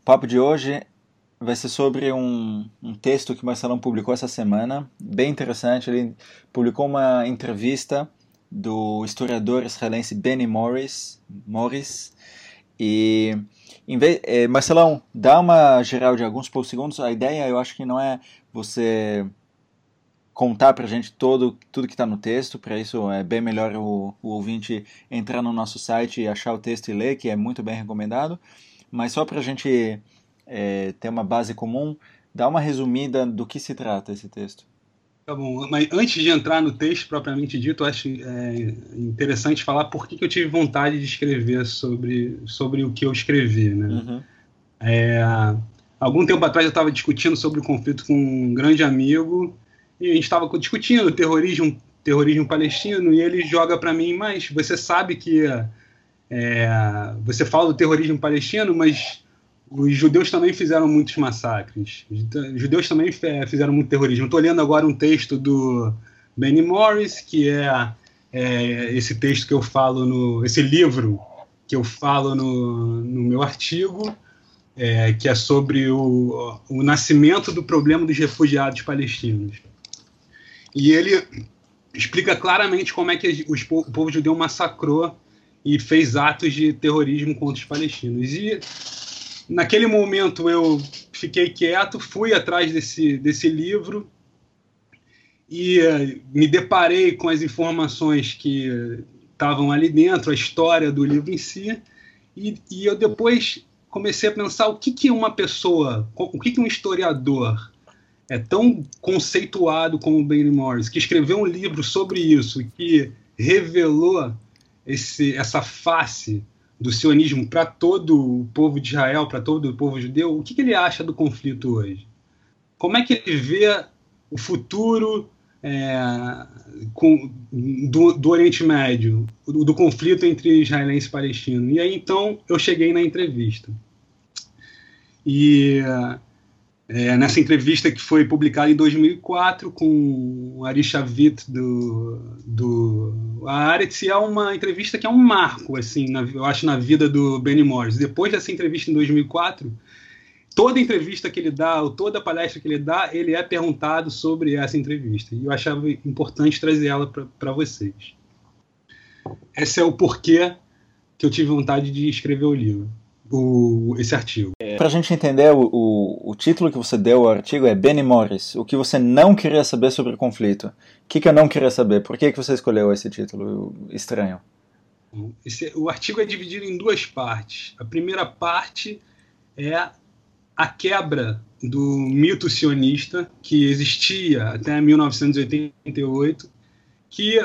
papo de hoje vai ser sobre um texto que o Marcelão publicou essa semana, bem interessante. Ele publicou uma entrevista do historiador israelense Benny Morris. E, Marcelão, dá uma geral de alguns poucos segundos. A ideia, eu acho que não é você contar pra gente tudo que está no texto. Para isso é bem melhor o ouvinte entrar no nosso site e achar o texto e ler, que é muito bem recomendado. Mas só para a gente ter uma base comum, dá uma resumida do que se trata esse texto. Tá bom, mas antes de entrar no texto propriamente dito, eu acho interessante falar por que eu tive vontade de escrever sobre o que eu escrevi, né? Uhum. Algum tempo atrás eu estava discutindo sobre o conflito com um grande amigo e a gente estava discutindo terrorismo palestino, e ele joga para mim, mas você sabe que você fala do terrorismo palestino, mas os judeus também fizeram muitos massacres. Os judeus também fizeram muito terrorismo. Estou lendo agora um texto do Benny Morris, que é esse texto que eu falo esse livro que eu falo no meu artigo, que é sobre o nascimento do problema dos refugiados palestinos. E ele explica claramente como é que o povo judeu massacrou e fez atos de terrorismo contra os palestinos. E naquele momento eu fiquei quieto, fui atrás desse livro e me deparei com as informações que estavam ali dentro, a história do livro em si, e eu depois comecei a pensar o que uma pessoa, o que um historiador tão conceituado como o Benny Morris, que escreveu um livro sobre isso, que revelou essa face do sionismo para todo o povo de Israel, para todo o povo judeu, o que ele acha do conflito hoje? Como é que ele vê o futuro do Oriente Médio, do conflito entre israelense e palestino? E aí, então, eu cheguei na entrevista. E nessa entrevista que foi publicada em 2004 com o Ari Shavit do Haaretz, é uma entrevista que é um marco, assim, eu acho, na vida do Benny Morris. Depois dessa entrevista em 2004, toda entrevista que ele dá, ou toda palestra que ele dá, ele é perguntado sobre essa entrevista. E eu achava importante trazer ela para vocês. Esse é o porquê que eu tive vontade de escrever o livro, esse artigo. Para a gente entender, o título que você deu ao artigo é Benny Morris, o que você não queria saber sobre o conflito. O que eu não queria saber? Por que você escolheu esse título estranho? O artigo é dividido em duas partes. A primeira parte é a quebra do mito sionista que existia até 1988, que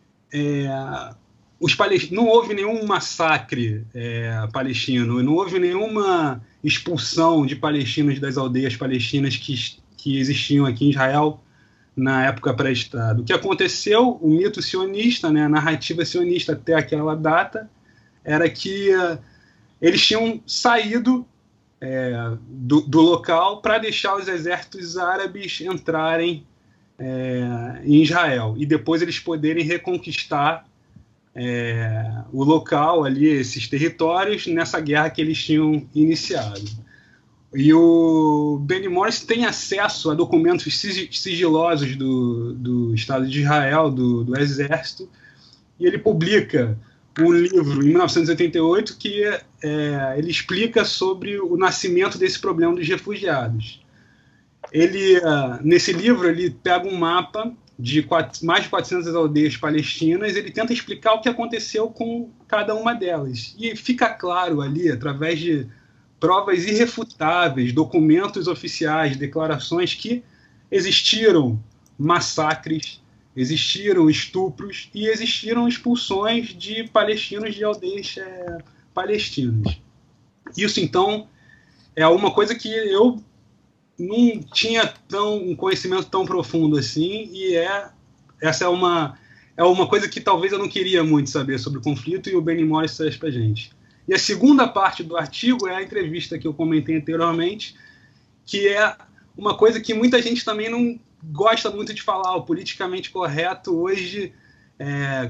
não houve nenhum massacre palestino, não houve nenhuma expulsão de palestinos das aldeias palestinas que existiam aqui em Israel na época pré-Estado. O que aconteceu, o mito sionista, né, a narrativa sionista até aquela data, era que eles tinham saído do local para deixar os exércitos árabes entrarem em Israel e depois eles poderem reconquistar o local ali, esses territórios, nessa guerra que eles tinham iniciado. E o Benny Morris tem acesso a documentos sigilosos do Estado de Israel, do Exército, e ele publica um livro em 1988 que ele explica sobre o nascimento desse problema dos refugiados. Nesse livro, ele pega um mapa de mais de 400 aldeias palestinas, ele tenta explicar o que aconteceu com cada uma delas. E fica claro ali, através de provas irrefutáveis, documentos oficiais, declarações, que existiram massacres, existiram estupros e existiram expulsões de palestinos de aldeias palestinas. Isso, então, é uma coisa que eu não tinha um conhecimento tão profundo assim, e essa é uma coisa que talvez eu não queria muito saber sobre o conflito, e o Benny Morris traz para a gente. E a segunda parte do artigo é a entrevista que eu comentei anteriormente, que é uma coisa que muita gente também não gosta muito de falar. O politicamente correto hoje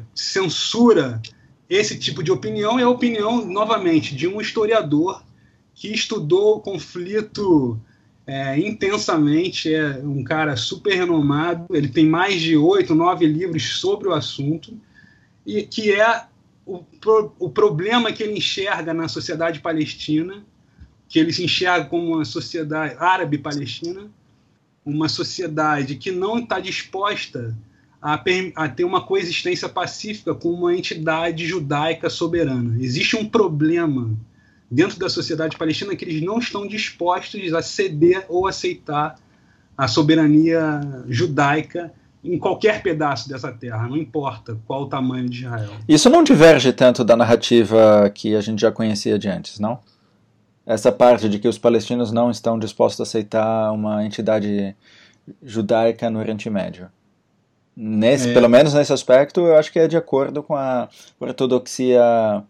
censura esse tipo de opinião, e a opinião, novamente, de um historiador que estudou o conflito intensamente, é um cara super renomado, ele tem mais de 8, 9 livros sobre o assunto, e que é o problema que ele enxerga na sociedade palestina, que ele se enxerga como uma sociedade árabe-palestina, uma sociedade que não está disposta a ter uma coexistência pacífica com uma entidade judaica soberana. Existe um problema dentro da sociedade palestina que eles não estão dispostos a ceder ou aceitar a soberania judaica em qualquer pedaço dessa terra, não importa qual o tamanho de Israel. Isso não diverge tanto da narrativa que a gente já conhecia de antes, não? Essa parte de que os palestinos não estão dispostos a aceitar uma entidade judaica no Oriente Médio. Pelo menos nesse aspecto, eu acho que é de acordo com a ortodoxia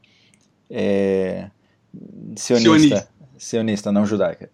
sionista, não judaica.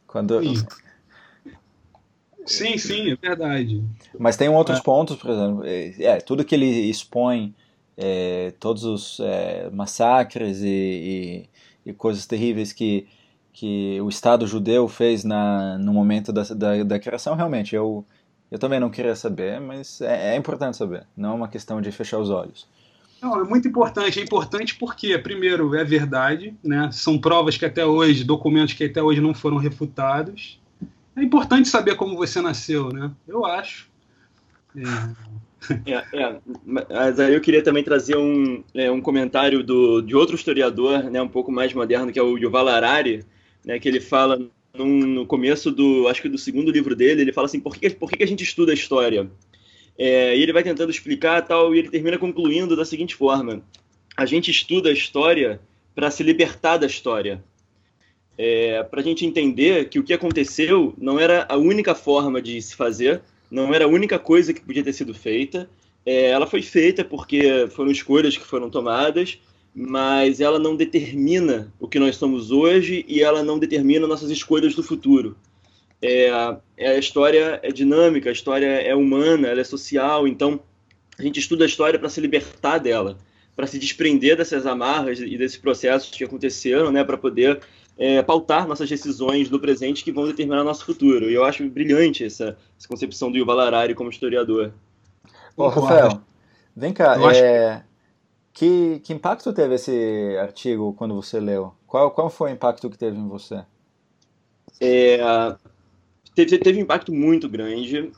Sim, é verdade. Mas tem outros pontos, por exemplo, tudo que ele expõe, todos os massacres e coisas terríveis que o Estado judeu fez no momento da criação, realmente, eu também não queria saber, mas é importante saber, não é uma questão de fechar os olhos. Não, é muito importante. É importante porque, primeiro, é verdade, né? São provas que até hoje, documentos que até hoje não foram refutados. É importante saber como você nasceu, né? Eu acho. Mas aí eu queria também trazer um comentário de outro historiador, né, um pouco mais moderno, que é o Yuval Harari, né, que ele fala no começo acho que do segundo livro dele, ele fala assim, por que a gente estuda a história? E ele vai tentando explicar tal, e ele termina concluindo da seguinte forma: a gente estuda a história para se libertar da história. Para a gente entender que o que aconteceu não era a única forma de se fazer, não era a única coisa que podia ter sido feita. Ela foi feita porque foram escolhas que foram tomadas, mas ela não determina o que nós somos hoje e ela não determina nossas escolhas do futuro. A história é dinâmica, a história é humana, ela é social, então a gente estuda a história para se libertar dela, para se desprender dessas amarras e desses processos que aconteceram, né, para poder pautar nossas decisões do presente que vão determinar nosso futuro. E eu acho brilhante essa concepção do Yuval Harari como historiador. Ô, Rafael, vem cá, que impacto teve esse artigo quando você leu? Qual foi o impacto que teve em você? Teve um impacto muito grande.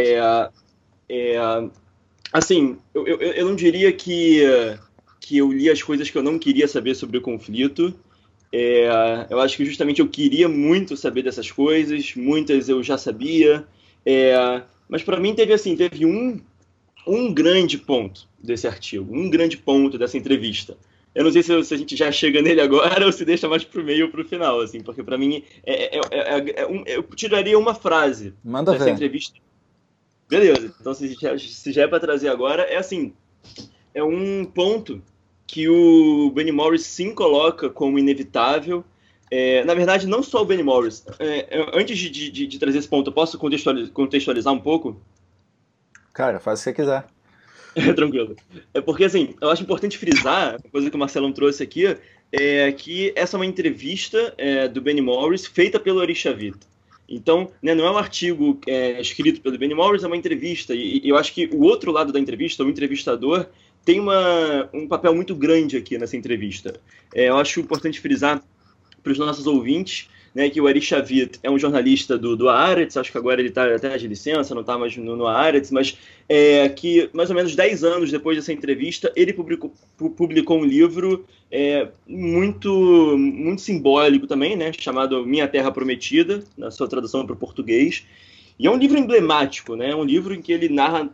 Assim, eu não diria que eu li as coisas que eu não queria saber sobre o conflito. Eu acho que justamente eu queria muito saber dessas coisas, muitas eu já sabia, mas para mim teve um grande ponto desse artigo, um grande ponto dessa entrevista. Eu não sei se a gente já chega nele agora ou se deixa mais pro meio ou pro final, assim, porque para mim eu tiraria uma frase dessa entrevista. Beleza, então se já é para trazer agora, é um ponto que o Benny Morris sim coloca como inevitável. Na verdade, não só o Benny Morris. Antes de trazer esse ponto, eu posso contextualizar um pouco? Cara, faz o que você quiser. Tranquilo. Porque, assim, eu acho importante frisar, a coisa que o Marcelão trouxe aqui, que essa é uma entrevista do Benny Morris feita pelo Ari Shavit. Então, né, não é um artigo escrito pelo Benny Morris, é uma entrevista. E eu acho que o outro lado da entrevista, o entrevistador, tem um papel muito grande aqui nessa entrevista. Eu acho importante frisar para os nossos ouvintes, né, que o Ari Shavit é um jornalista do Haaretz, acho que agora ele está até de licença, não está mais no Haaretz, mas que mais ou menos 10 anos depois dessa entrevista, ele publicou um livro muito, muito simbólico também, né, chamado Minha Terra Prometida, na sua tradução para o português. E é um livro emblemático, né? É um livro em que ele narra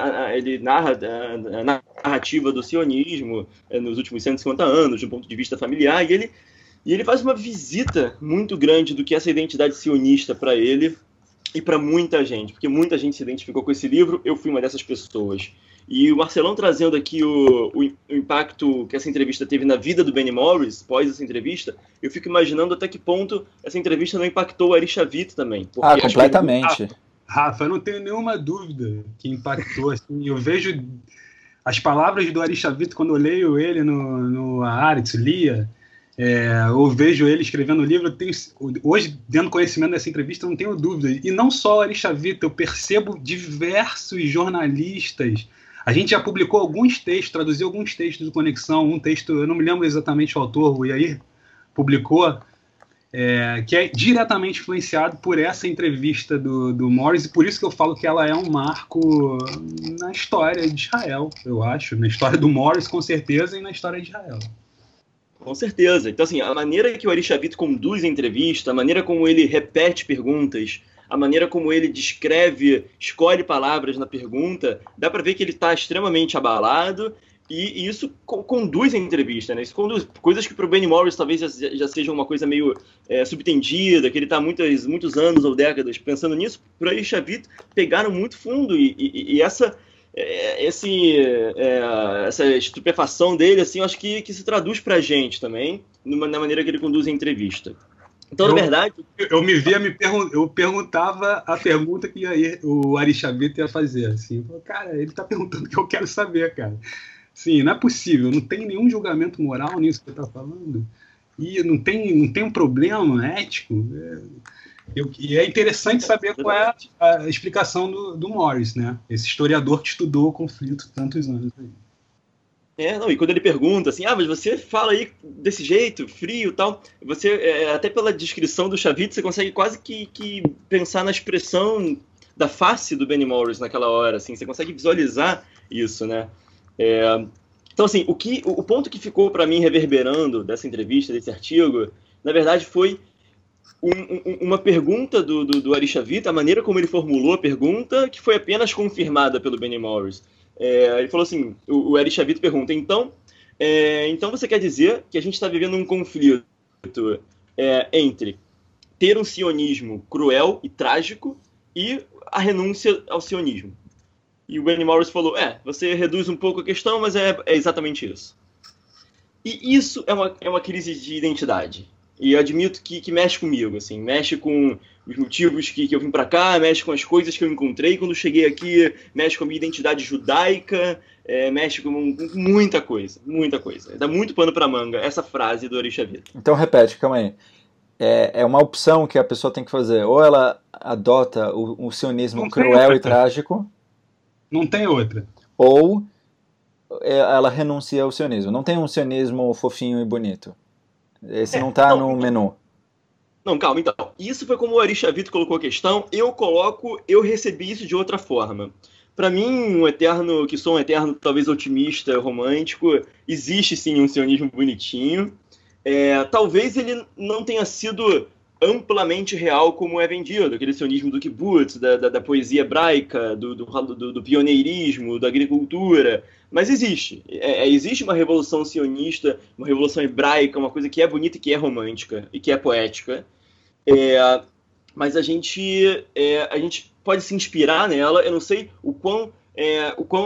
a narrativa do sionismo nos últimos 150 anos, do ponto de vista familiar, e ele faz uma visita muito grande do que é essa identidade sionista para ele e para muita gente, porque muita gente se identificou com esse livro, eu fui uma dessas pessoas. E o Marcelão trazendo aqui o impacto que essa entrevista teve na vida do Benny Morris, pós essa entrevista, eu fico imaginando até que ponto essa entrevista não impactou o Ari Shavit também. Completamente. Rafa, eu não tenho nenhuma dúvida que impactou. Assim, eu vejo as palavras do Ari Shavit quando eu leio ele no Haaretz, lia, Eu vejo ele escrevendo o livro, hoje, dando conhecimento dessa entrevista, não tenho dúvida. E não só o Arishavita, eu percebo diversos jornalistas. A gente já publicou alguns textos, traduziu alguns textos do Conexão, um texto, eu não me lembro exatamente o autor, o Yair publicou, que é diretamente influenciado por essa entrevista do Morris, e por isso que eu falo que ela é um marco na história de Israel, eu acho, na história do Morris, com certeza, e na história de Israel. Com certeza. Então, assim, a maneira que o Arishavita conduz a entrevista, a maneira como ele repete perguntas, a maneira como ele descreve, escolhe palavras na pergunta, dá para ver que ele está extremamente abalado e isso conduz a entrevista, né? Isso conduz coisas que para o Benny Morris talvez já seja uma coisa meio subtendida, que ele está há muitos anos ou décadas pensando nisso, para o Arishavita pegaram muito fundo e essa estupefação dele, assim, eu acho que se traduz pra gente também, na maneira que ele conduz a entrevista. Então, na verdade... Eu perguntava a pergunta que o Arishavita ia fazer, assim. Cara, ele tá perguntando o que eu quero saber, cara. Sim, não é possível, não tem nenhum julgamento moral nisso que você tá falando. E não tem um problema ético. E é interessante saber qual é a explicação do Morris, né? Esse historiador que estudou o conflito tantos anos aí. E quando ele pergunta assim, mas você fala aí desse jeito, frio e tal, você, até pela descrição do Shavit, você consegue quase que pensar na expressão da face do Benny Morris naquela hora, assim, você consegue visualizar isso, né? Então, assim, o ponto que ficou para mim reverberando dessa entrevista, desse artigo, na verdade foi uma pergunta do Arishavita, a maneira como ele formulou a pergunta, que foi apenas confirmada pelo Benny Morris. Ele falou assim, o Arishavita pergunta, então você quer dizer que a gente está vivendo um conflito entre ter um sionismo cruel e trágico e a renúncia ao sionismo? E o Benny Morris falou, você reduz um pouco a questão, mas é exatamente isso. E isso é uma crise de identidade. E eu admito que mexe comigo, assim, mexe com os motivos que eu vim para cá, mexe com as coisas que eu encontrei quando cheguei aqui, mexe com a minha identidade judaica, mexe com muita coisa, muita coisa. Dá muito pano para manga essa frase do Arishavita. Então repete, calma aí. É uma opção que a pessoa tem que fazer. Ou ela adota o sionismo cruel e trágico. Não tem outra. Ou ela renuncia ao sionismo. Não tem um sionismo fofinho e bonito. Esse não está no menu. Não, calma, então. Isso foi como o Arishavita colocou a questão. Eu recebi isso de outra forma. Para mim, que sou um eterno, talvez otimista, romântico, existe sim um sionismo bonitinho. Talvez ele não tenha sido amplamente real como é vendido, aquele sionismo do kibbutz, da poesia hebraica, do pioneirismo, da agricultura, mas existe. Existe uma revolução sionista, uma revolução hebraica, uma coisa que é bonita e que é romântica e que é poética, mas a gente pode se inspirar nela. Eu não sei qual é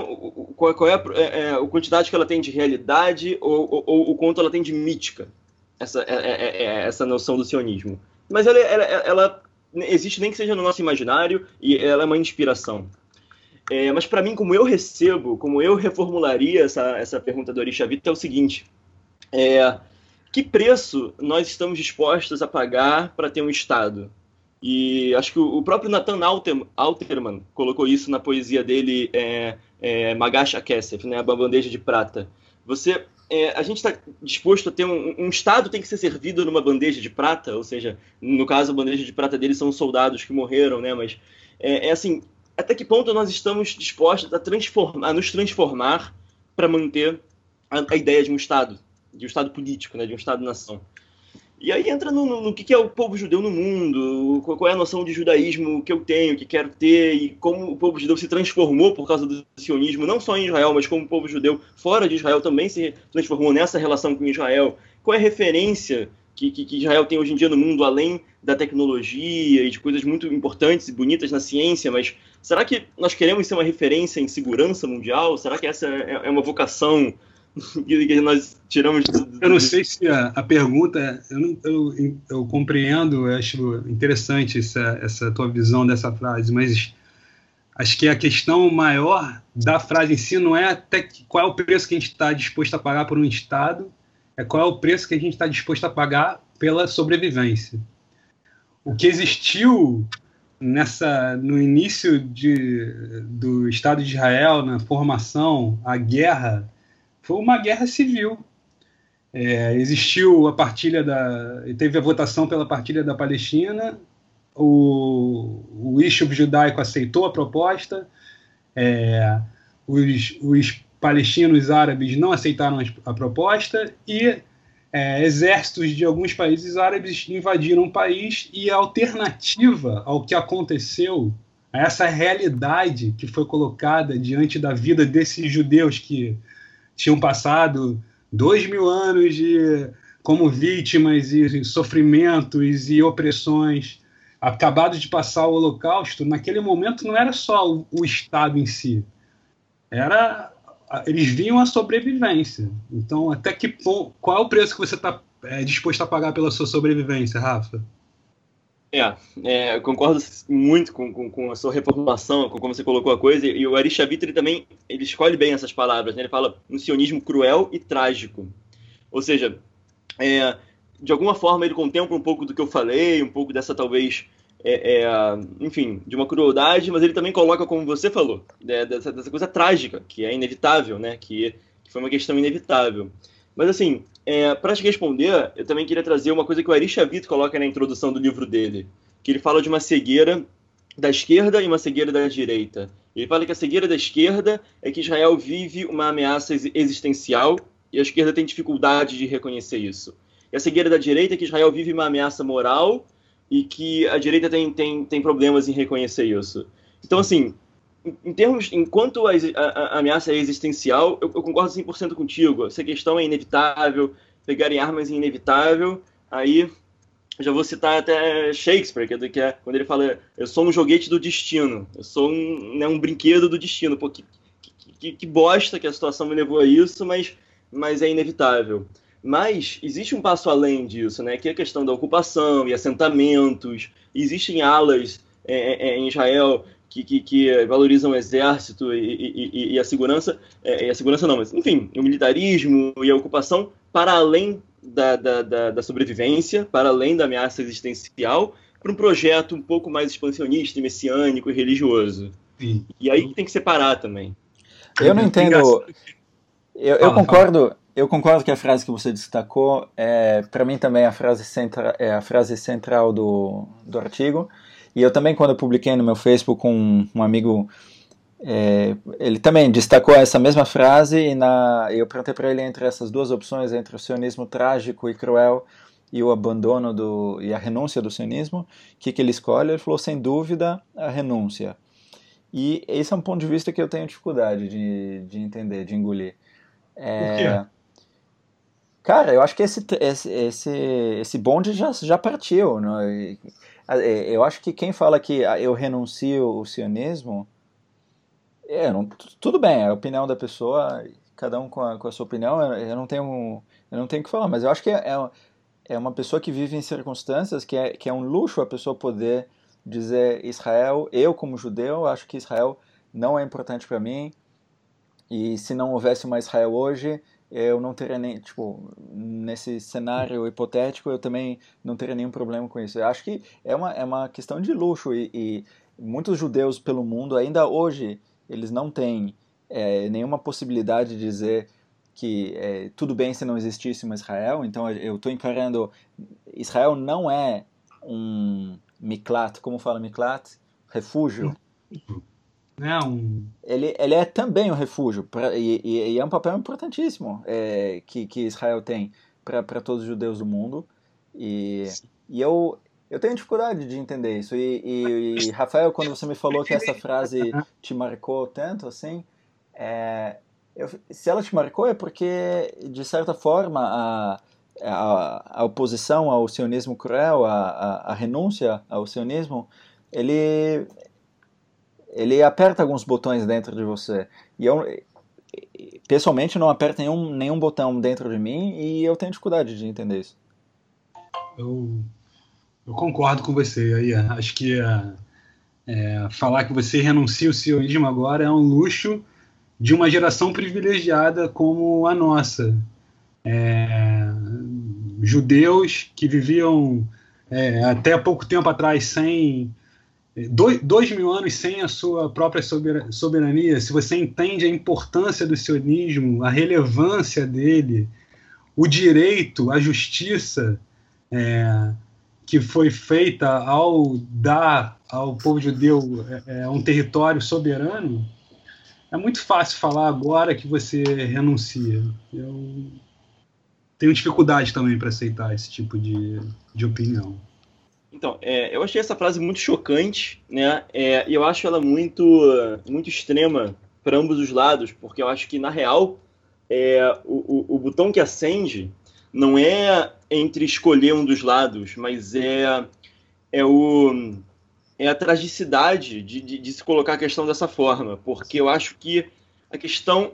a quantidade que ela tem de realidade ou o quanto ela tem de mítica, essa noção do sionismo. Mas ela existe, nem que seja no nosso imaginário, e ela é uma inspiração. Mas para mim, como eu reformularia essa pergunta do Arishavita é o seguinte: que preço nós estamos dispostos a pagar para ter um Estado? E acho que o próprio Nathan Alterman colocou isso na poesia dele, Magash HaKesef, né, a bandeja de prata. A gente está disposto a ter um Estado tem que ser servido numa bandeja de prata, ou seja, no caso a bandeja de prata deles são os soldados que morreram, né? Mas assim, até que ponto nós estamos dispostos a nos transformar para manter a ideia de um Estado político, né? De um Estado-nação. E aí entra no que é o povo judeu no mundo, qual é a noção de judaísmo que eu tenho, que quero ter, e como o povo judeu se transformou por causa do sionismo, não só em Israel, mas como o povo judeu fora de Israel também se transformou nessa relação com Israel. Qual é a referência que Israel tem hoje em dia no mundo, além da tecnologia e de coisas muito importantes e bonitas na ciência, mas será que nós queremos ser uma referência em segurança mundial? Será que essa é uma vocação que nós tiramos? Eu não sei se a pergunta, eu compreendo, eu acho interessante essa tua visão dessa frase, mas acho que a questão maior da frase em si não é até qual é o preço que a gente está disposto a pagar por um Estado, é qual é o preço que a gente está disposto a pagar pela sobrevivência. O que existiu no início do Estado de Israel, na formação, a guerra, foi uma guerra civil. Existiu teve a votação pela partilha da Palestina, o eixo judaico aceitou a proposta, os palestinos árabes não aceitaram a proposta e exércitos de alguns países árabes invadiram o país, e a alternativa ao que aconteceu, a essa realidade que foi colocada diante da vida desses judeus que tinham passado 2000 anos como vítimas e sofrimentos e opressões, acabados de passar o Holocausto, naquele momento não era só o Estado em si, eles viam a sobrevivência. Então, até que ponto, qual é o preço que você está disposto a pagar pela sua sobrevivência, Rafa? Eu concordo muito com a sua reformulação, com como você colocou a coisa, e o Ari Shavit também ele escolhe bem essas palavras, né? Ele fala um sionismo cruel e trágico. Ou seja, de alguma forma ele contempla um pouco do que eu falei, um pouco dessa talvez, enfim, de uma crueldade, mas ele também coloca, como você falou, dessa coisa trágica, que é inevitável, né? Que foi uma questão inevitável. Mas assim, para te responder, eu também queria trazer uma coisa que o Ari Shavit coloca na introdução do livro dele, que ele fala de uma cegueira da esquerda e uma cegueira da direita. Ele fala que a cegueira da esquerda é que Israel vive uma ameaça existencial e a esquerda tem dificuldade de reconhecer isso. E a cegueira da direita é que Israel vive uma ameaça moral e que a direita tem problemas em reconhecer isso. Então, assim, enquanto a ameaça é existencial, eu concordo 100% contigo. Essa questão é inevitável, pegarem armas é inevitável. Aí, já vou citar até Shakespeare, que é quando ele fala, eu sou um joguete do destino, eu sou um brinquedo do destino. Pô, que bosta que a situação me levou a isso, mas é inevitável. Mas existe um passo além disso, né? Que é a questão da ocupação e assentamentos. Existem alas em Israel que valorizam o exército e a segurança, e a segurança não, mas enfim, o militarismo e a ocupação para além da sobrevivência, para além da ameaça existencial, para um projeto um pouco mais expansionista, messiânico e religioso. Sim. E aí tem que separar também. Eu não entendo. Eu concordo que a frase que você destacou para mim também é a frase central do artigo. E eu também, quando eu publiquei no meu Facebook com um amigo, ele também destacou essa mesma frase, e eu perguntei para ele entre essas duas opções, entre o sionismo trágico e cruel e o abandono e a renúncia do sionismo, o que ele escolhe? Ele falou, sem dúvida, a renúncia. E esse é um ponto de vista que eu tenho dificuldade de entender, de engolir. Por quê? Cara, eu acho que esse bonde já partiu, né? Eu acho que quem fala que eu renuncio o sionismo, tudo bem, é a opinião da pessoa, cada um com a sua opinião, eu não tenho o que falar, mas eu acho que é uma pessoa que vive em circunstâncias que é um luxo a pessoa poder dizer Israel, eu como judeu, acho que Israel não é importante para mim, e se não houvesse uma Israel hoje, eu não teria nem, nesse cenário hipotético, eu também não teria nenhum problema com isso. Eu acho que é uma questão de luxo, e muitos judeus pelo mundo, ainda hoje, eles não têm nenhuma possibilidade de dizer que tudo bem se não existisse uma Israel. Então eu estou encarando, Israel não é um miklat, como fala miklat? Refúgio. Ele é também um refúgio, e é um papel importantíssimo que Israel tem para todos os judeus do mundo, e eu tenho dificuldade de entender isso, e Rafael, quando você me falou que essa frase te marcou tanto, assim, se ela te marcou é porque, de certa forma, a oposição ao sionismo cruel, a renúncia ao sionismo, ele aperta alguns botões dentro de você. E eu, pessoalmente, não aperto nenhum botão dentro de mim, e eu tenho dificuldade de entender isso. Eu concordo com você. Aí, acho que falar que você renuncia o sionismo agora é um luxo de uma geração privilegiada como a nossa. judeus que viviam até pouco tempo atrás sem 2.000 anos sem a sua própria soberania. Se você entende a importância do sionismo, a relevância dele, o direito, a justiça que foi feita ao dar ao povo judeu um território soberano, é muito fácil falar agora que você renuncia. Eu tenho dificuldade também para aceitar esse tipo de opinião. Então, eu achei essa frase muito chocante, né? E eu acho ela muito, muito extrema para ambos os lados, porque eu acho que, na real, o botão que acende não é entre escolher um dos lados, mas é a tragicidade de se colocar a questão dessa forma, porque eu acho que a questão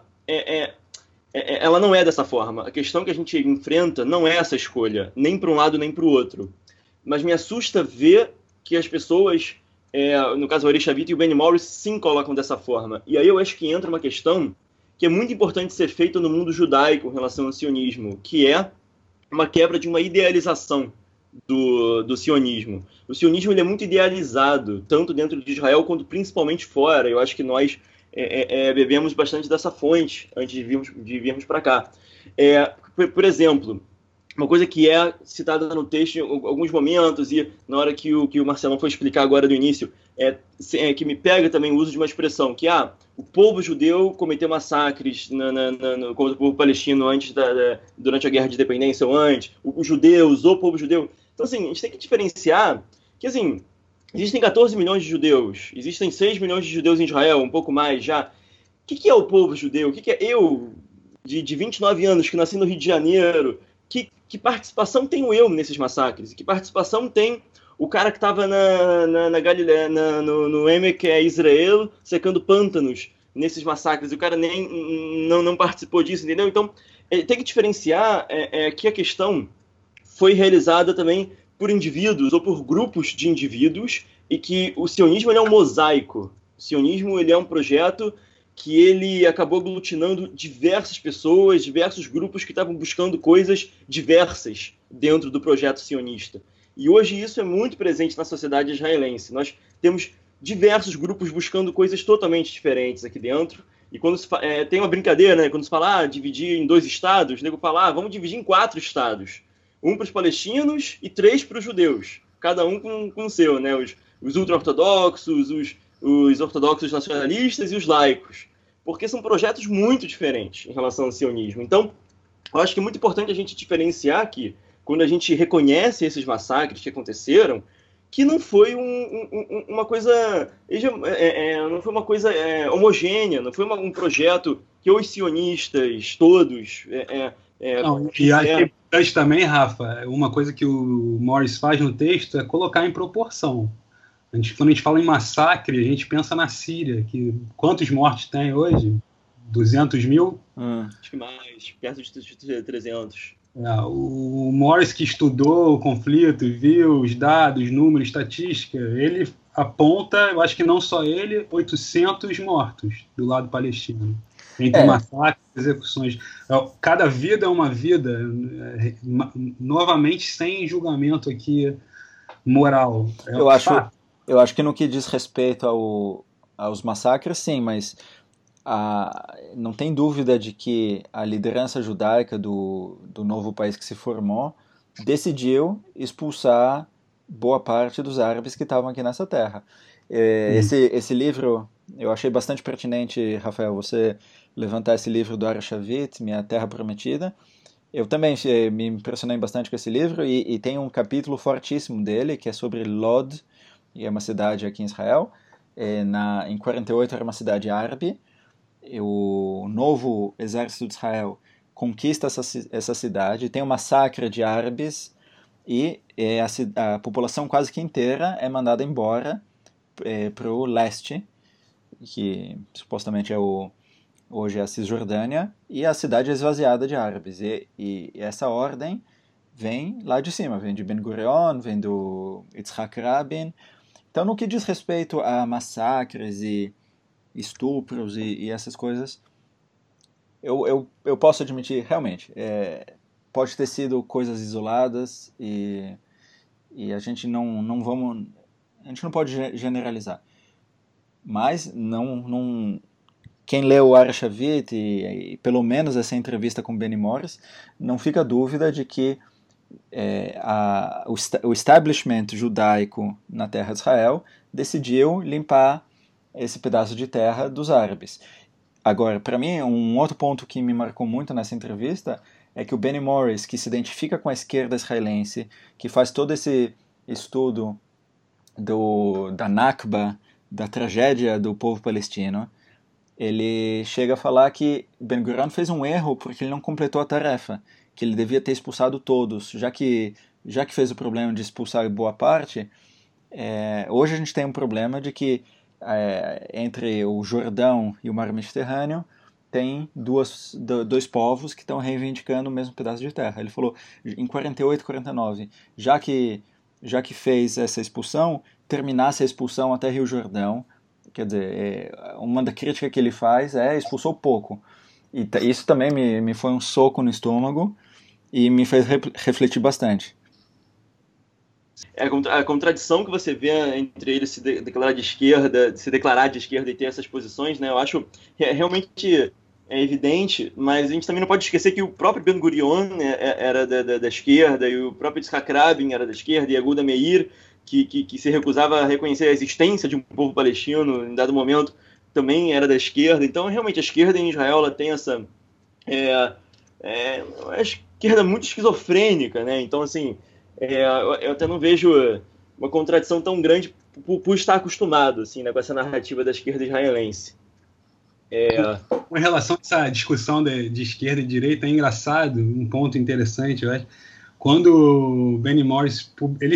ela não é dessa forma. A questão que a gente enfrenta não é essa escolha, nem para um lado nem para o outro. Mas me assusta ver que as pessoas, no caso o Ari Shavit e o Benny Morris, sim colocam dessa forma. E aí eu acho que entra uma questão que é muito importante ser feita no mundo judaico em relação ao sionismo, que é uma quebra de uma idealização do sionismo. O sionismo ele é muito idealizado, tanto dentro de Israel quanto principalmente fora. Eu acho que nós bebemos bastante dessa fonte antes de virmos para cá. Por exemplo, uma coisa que é citada no texto em alguns momentos, e na hora que o Marcelão foi explicar agora do início, que me pega também o uso de uma expressão, que o povo judeu cometeu massacres contra o povo palestino durante a Guerra de Independência ou antes, os judeus, o povo judeu. Então, assim, a gente tem que diferenciar que, assim, existem 14 milhões de judeus, existem 6 milhões de judeus em Israel, um pouco mais já. O que é o povo judeu? O que é eu, de 29 anos, que nasci no Rio de Janeiro? Que participação tenho eu nesses massacres? Que participação tem o cara que estava na Galileia, no Emek Israel, secando pântanos nesses massacres? O cara não participou disso, entendeu? Então, tem que diferenciar que a questão foi realizada também por indivíduos ou por grupos de indivíduos e que o sionismo ele é um mosaico. O sionismo ele é um projeto que ele acabou aglutinando diversas pessoas, diversos grupos que estavam buscando coisas diversas dentro do projeto sionista. E hoje isso é muito presente na sociedade israelense. Nós temos diversos grupos buscando coisas totalmente diferentes aqui dentro. E quando tem uma brincadeira, né? Quando se fala dividir em 2 estados, o nego fala, vamos dividir em 4 estados. 1 para os palestinos e 3 para os judeus. Cada um com o seu, né? Os ultra-ortodoxos, os ortodoxos nacionalistas e os laicos, porque são projetos muito diferentes em relação ao sionismo. Então, eu acho que é muito importante a gente diferenciar que, quando a gente reconhece esses massacres que aconteceram, que não foi uma coisa não foi uma coisa homogênea, não foi um projeto que os sionistas todos não, e acho que é importante também, Rafa, uma coisa que o Morris faz no texto é colocar em proporção. Quando a gente fala em massacre, a gente pensa na Síria, que quantos mortos tem hoje? 200 mil? Acho que mais, perto de 300. O Morris, que estudou o conflito, viu os dados, números, estatística, ele aponta, eu acho que não só ele, 800 mortos do lado palestino. Entre massacres e execuções. Cada vida é uma vida, novamente sem julgamento aqui moral. Eu acho que no que diz respeito aos massacres, sim, mas não tem dúvida de que a liderança judaica do novo país que se formou decidiu expulsar boa parte dos árabes que estavam aqui nessa terra. Esse livro, eu achei bastante pertinente, Rafael, você levantar esse livro do Ari Shavit, Minha Terra Prometida. Eu também me impressionei bastante com esse livro e tem um capítulo fortíssimo dele, que é sobre Lod, e é uma cidade aqui em Israel. Em 48 era uma cidade árabe. O novo exército de Israel conquista essa cidade, tem um massacre de árabes e a população quase que inteira é mandada embora para o leste, que supostamente hoje é a Cisjordânia, e a cidade é esvaziada de árabes. E essa ordem vem lá de cima, vem de Ben Gurion, vem do Yitzhak Rabin. Então, no que diz respeito a massacres e estupros e essas coisas, eu posso admitir, realmente, pode ter sido coisas isoladas e a gente a gente não pode generalizar. Mas quem leu o Ari Shavit e pelo menos essa entrevista com Benny Morris, não fica dúvida de que o establishment judaico na terra de Israel decidiu limpar esse pedaço de terra dos árabes. Agora, para mim, um outro ponto que me marcou muito nessa entrevista é que o Benny Morris, que se identifica com a esquerda israelense, que faz todo esse estudo da Nakba, da tragédia do povo palestino, ele chega a falar que Ben-Gurion fez um erro porque ele não completou a tarefa, que ele devia ter expulsado todos, já que fez o problema de expulsar boa parte. Hoje a gente tem um problema de que entre o Jordão e o Mar Mediterrâneo tem dois povos que estão reivindicando o mesmo pedaço de terra. Ele falou, em 48, 49, já que fez essa expulsão, terminasse a expulsão até Rio Jordão. Quer dizer, uma da crítica que ele faz expulsou pouco. E isso também me foi um soco no estômago e me fez refletir bastante. A contradição que você vê entre ele se declarar de esquerda e ter essas posições, né? Eu acho realmente evidente, mas a gente também não pode esquecer que o próprio Ben-Gurion era da esquerda, e o próprio Yitzhak Rabin era da esquerda, e a Golda Meir, que se recusava a reconhecer a existência de um povo palestino em dado momento, também era da esquerda. Então, realmente, a esquerda em Israel ela tem essa uma esquerda muito esquizofrênica, né? Então, assim, eu até não vejo uma contradição tão grande por estar acostumado, assim, né, com essa narrativa da esquerda israelense. Com relação a essa discussão de esquerda e direita, é engraçado, um ponto interessante, eu acho. Quando o Benny Morris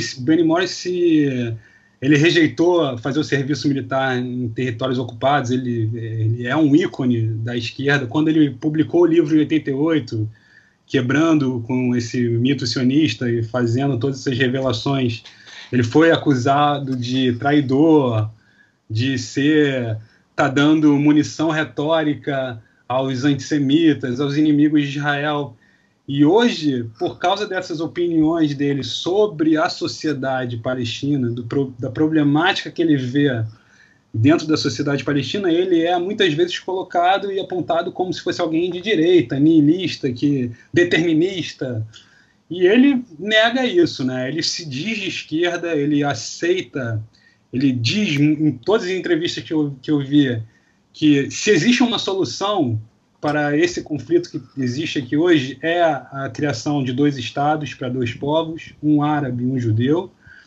ele rejeitou fazer o serviço militar em territórios ocupados, ele é um ícone da esquerda. Quando ele publicou o livro em 88, quebrando com esse mito sionista e fazendo todas essas revelações, ele foi acusado de traidor, de tá dando munição retórica aos antissemitas, aos inimigos de Israel. E hoje, por causa dessas opiniões dele sobre a sociedade palestina, da problemática que ele vê dentro da sociedade palestina, ele é muitas vezes colocado e apontado como se fosse alguém de direita, nihilista, determinista. E ele nega isso, né? Ele se diz de esquerda, ele aceita, ele diz em todas as entrevistas que eu vi que se existe uma solução para esse conflito que existe aqui hoje é a criação de 2 estados para 2 povos, um árabe e um judeu.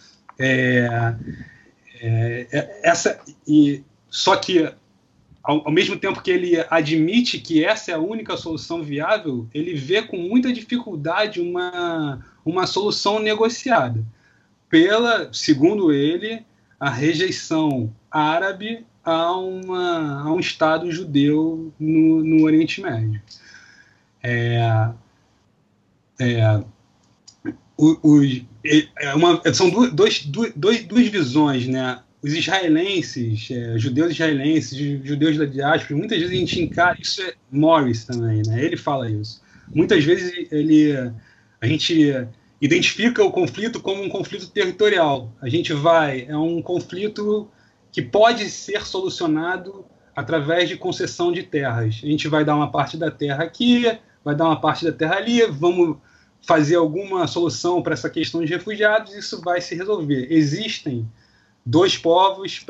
Só que, ao mesmo tempo que ele admite que essa é a única solução viável, ele vê com muita dificuldade uma solução negociada segundo ele, a rejeição árabe a um Estado judeu no Oriente Médio. São duas visões, né? Os israelenses, judeus israelenses, judeus da diáspora, muitas vezes a gente encara, isso é Morris também, né? Ele fala isso. Muitas vezes a gente identifica o conflito como um conflito territorial. É um conflito que pode ser solucionado através de concessão de terras. A gente vai dar uma parte da terra aqui, vai dar uma parte da terra ali, vamos fazer alguma solução para essa questão de refugiados, isso vai se resolver. Existem 2 povos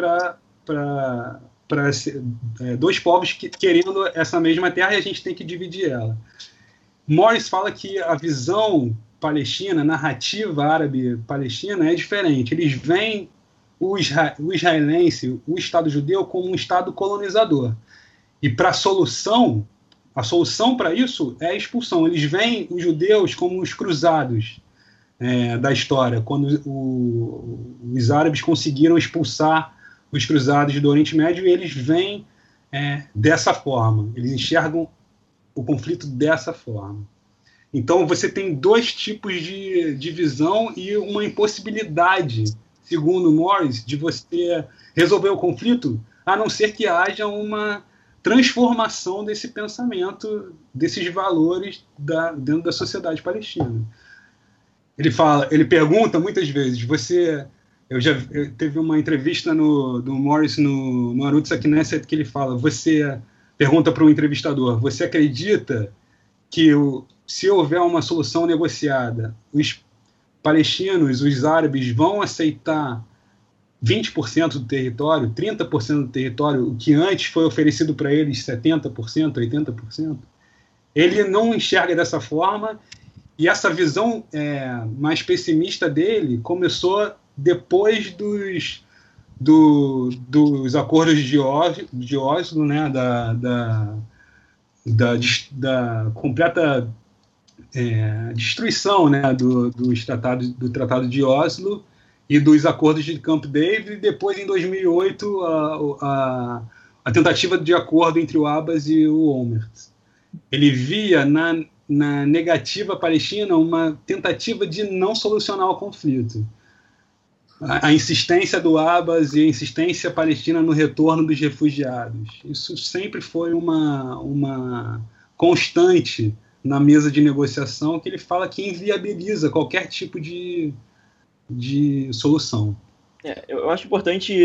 dois povos querendo essa mesma terra e a gente tem que dividir ela. Morris fala que a visão palestina, a narrativa árabe palestina é diferente. Eles veem o israelense, o Estado judeu, como um Estado colonizador. E a solução para isso é a expulsão. Eles veem os judeus como os cruzados da história, quando os árabes conseguiram expulsar os cruzados do Oriente Médio, e eles veem dessa forma. Eles enxergam o conflito dessa forma. Então você tem 2 tipos de divisão e uma impossibilidade, segundo Morris, de você resolver o conflito, a não ser que haja uma transformação desse pensamento, desses valores dentro da sociedade palestina. Ele pergunta muitas vezes, teve uma entrevista do Morris no Arutz Knesset que ele fala, pergunta para o entrevistador, você acredita que se houver uma solução negociada, os palestinos, os árabes vão aceitar 20% do território, 30% do território, o que antes foi oferecido para eles 70%, 80%? Ele não enxerga dessa forma, e essa visão mais pessimista dele começou depois dos acordos de Oslo, né, da completa destruição, né, do Tratado de Oslo e dos acordos de Camp David, e depois, em 2008, a tentativa de acordo entre o Abbas e o Olmert. Ele via na negativa palestina uma tentativa de não solucionar o conflito. A insistência do Abbas e a insistência palestina no retorno dos refugiados. Isso sempre foi uma constante na mesa de negociação, que ele fala que inviabiliza qualquer tipo de solução. Eu acho importante,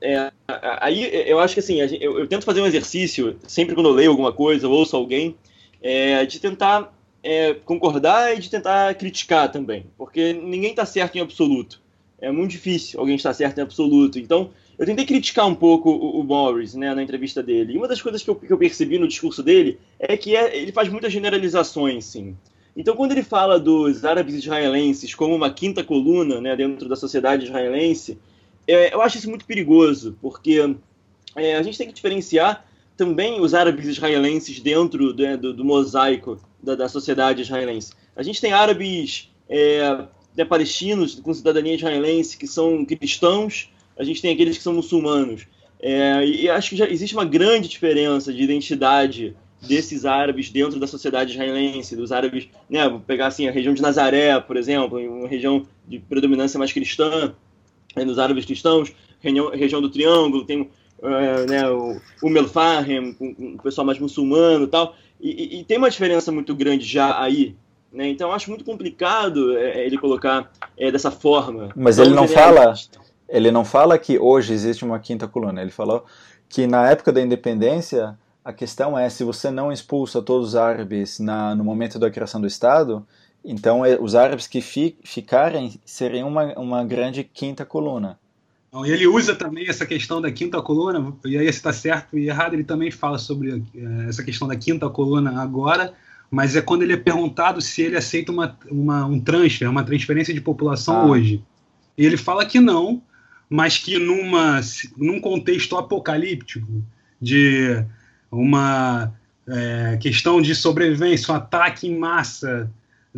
aí eu acho que assim, eu tento fazer um exercício, sempre quando eu leio alguma coisa, ou ouço alguém, de tentar concordar e de tentar criticar também, porque ninguém está certo em absoluto. É muito difícil alguém estar certo em absoluto. Então, eu tentei criticar um pouco o Morris, né, na entrevista dele. E uma das coisas que eu percebi no discurso dele é que ele faz muitas generalizações, sim. Então, quando ele fala dos árabes israelenses como uma quinta coluna, né, dentro da sociedade israelense, eu acho isso muito perigoso, porque a gente tem que diferenciar também os árabes israelenses dentro do mosaico da sociedade israelense. A gente tem árabes palestinos com cidadania israelense que são cristãos, a gente tem aqueles que são muçulmanos. E acho que já existe uma grande diferença de identidade desses árabes dentro da sociedade israelense, dos árabes, né, vou pegar assim, a região de Nazaré, por exemplo, uma região de predominância mais cristã, nos árabes cristãos, região do Triângulo, tem o Melfahem, com o pessoal mais muçulmano e tal, e tem uma diferença muito grande já aí, né? Então eu acho muito complicado ele colocar dessa forma. Mas ele não fala que hoje existe uma quinta coluna, ele falou que na época da independência a questão é, se você não expulsa todos os árabes no momento da criação do Estado, então os árabes que ficarem seriam uma grande quinta coluna. E ele usa também essa questão da quinta coluna, e aí se está certo e errado, ele também fala sobre essa questão da quinta coluna agora, mas é quando ele é perguntado se ele aceita uma transferência de população hoje. E ele fala que não, mas que num contexto apocalíptico de uma questão de sobrevivência, um ataque em massa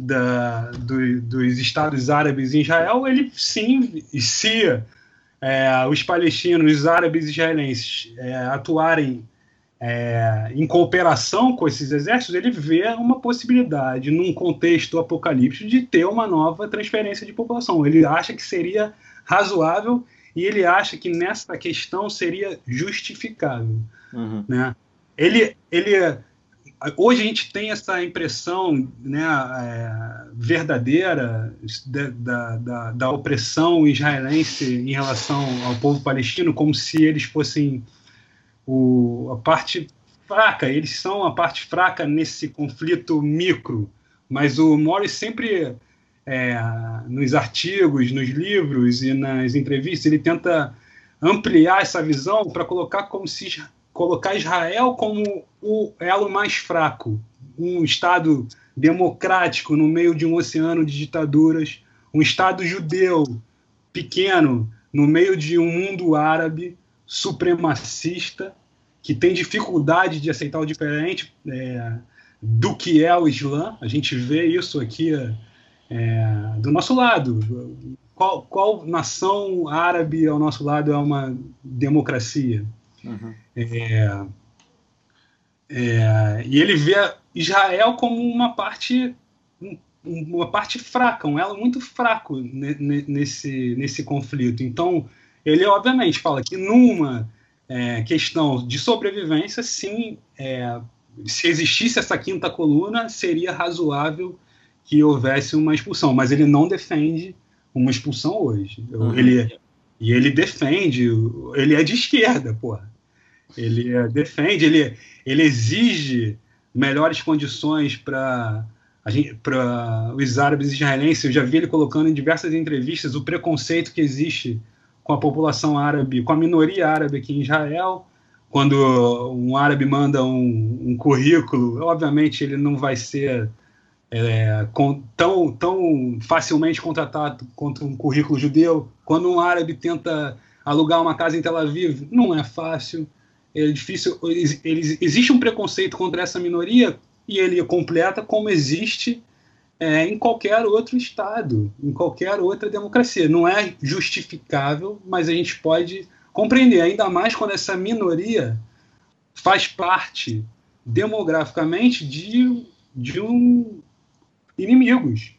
dos Estados Árabes em Israel, ele sim, se os palestinos, os árabes israelenses atuarem em cooperação com esses exércitos, ele vê uma possibilidade, num contexto apocalíptico, de ter uma nova transferência de população. Ele acha que seria razoável e ele acha que nessa questão seria justificável. Uhum. Né? Hoje a gente tem essa impressão, né, verdadeira da opressão israelense em relação ao povo palestino, como se eles fossem a parte fraca. Eles são a parte fraca nesse conflito micro, mas o Morris sempre, nos artigos, nos livros e nas entrevistas, ele tenta ampliar essa visão para colocar Israel como o elo mais fraco, um Estado democrático no meio de um oceano de ditaduras, um Estado judeu pequeno no meio de um mundo árabe supremacista que tem dificuldade de aceitar o diferente do que é o Islã. A gente vê isso aqui do nosso lado. Qual nação árabe ao nosso lado é uma democracia? Uhum. E ele vê Israel como uma parte fraca, um elo muito fraco nesse conflito. Então, ele obviamente fala que numa questão de sobrevivência, sim, se existisse essa quinta coluna, seria razoável que houvesse uma expulsão, mas ele não defende uma expulsão hoje. Ele defende, ele é de esquerda, porra. Ele defende, ele exige melhores condições para os árabes israelenses. Eu já vi ele colocando em diversas entrevistas o preconceito que existe com a população árabe, com a minoria árabe aqui em Israel. Quando um árabe manda um currículo, obviamente ele não vai ser tão facilmente contratado quanto um currículo judeu. Quando um árabe tenta alugar uma casa em Tel Aviv, não é fácil, é difícil. Existe um preconceito contra essa minoria e ele completa como existe em qualquer outro Estado, em qualquer outra democracia. Não é justificável, mas a gente pode compreender, ainda mais quando essa minoria faz parte demograficamente de inimigos.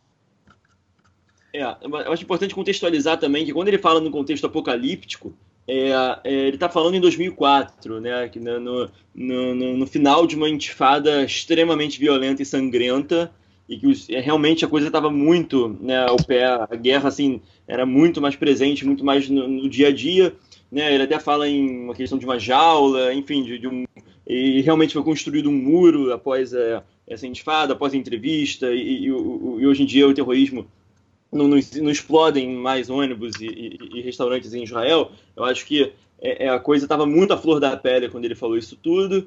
Eu acho importante contextualizar também que quando ele fala no contexto apocalíptico, ele está falando em 2004, né, que no final de uma intifada extremamente violenta e sangrenta, e que realmente a coisa estava muito, né, ao pé, a guerra assim, era muito mais presente, muito mais no dia a dia, né, ele até fala em uma questão de uma jaula, enfim, e realmente foi construído um muro após essa intifada, após a entrevista, e hoje em dia o terrorismo não explodem mais ônibus e restaurantes em Israel. Eu acho que a coisa estava muito à flor da pele quando ele falou isso tudo,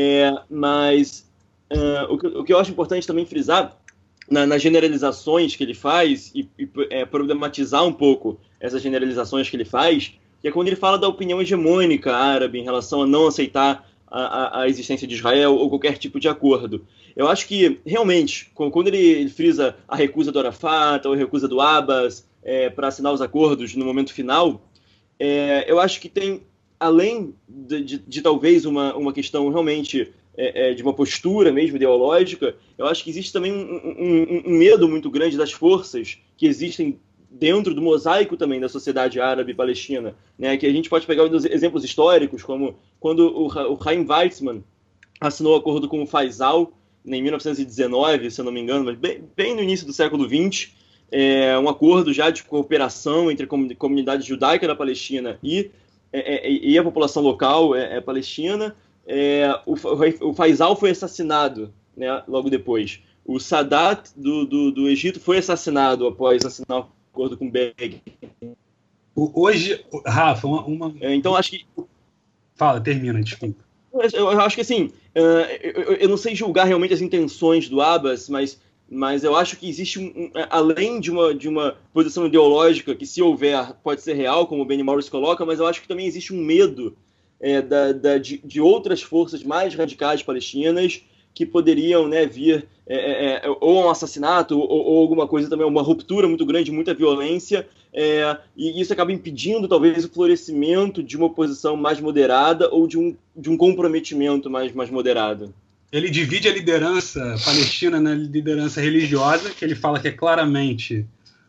mas o que eu acho importante também frisar nas generalizações que ele faz e problematizar um pouco essas generalizações que ele faz, que é quando ele fala da opinião hegemônica árabe em relação a não aceitar a existência de Israel ou qualquer tipo de acordo. Eu acho que, realmente, quando ele frisa a recusa do Arafat ou a recusa do Abbas para assinar os acordos no momento final, eu acho que tem, além de talvez uma questão realmente de uma postura mesmo ideológica, eu acho que existe também um medo muito grande das forças que existem dentro do mosaico também da sociedade árabe palestina, né, que a gente pode pegar exemplos históricos, como quando o Chaim Weizmann assinou o acordo com o Faisal, em 1919, se eu não me engano, mas bem no início do século XX, um acordo já de cooperação entre a comunidade judaica da Palestina e a população local palestina. O Faisal foi assassinado, né, logo depois. O Sadat do Egito foi assassinado após assinar o acordo com Begin. Hoje, Rafa, então acho que... Fala, termina, desculpa. Eu acho que assim, eu não sei julgar realmente as intenções do Abbas, mas eu acho que existe, além de uma posição ideológica que, se houver, pode ser real, como o Benny Morris coloca, mas eu acho que também existe um medo de outras forças mais radicais palestinas que poderiam, né, vir ou um assassinato ou alguma coisa também, uma ruptura muito grande, muita violência, e isso acaba impedindo talvez o florescimento de uma oposição mais moderada ou de um comprometimento mais moderado. Ele divide a liderança palestina na liderança religiosa, que ele fala que é claramente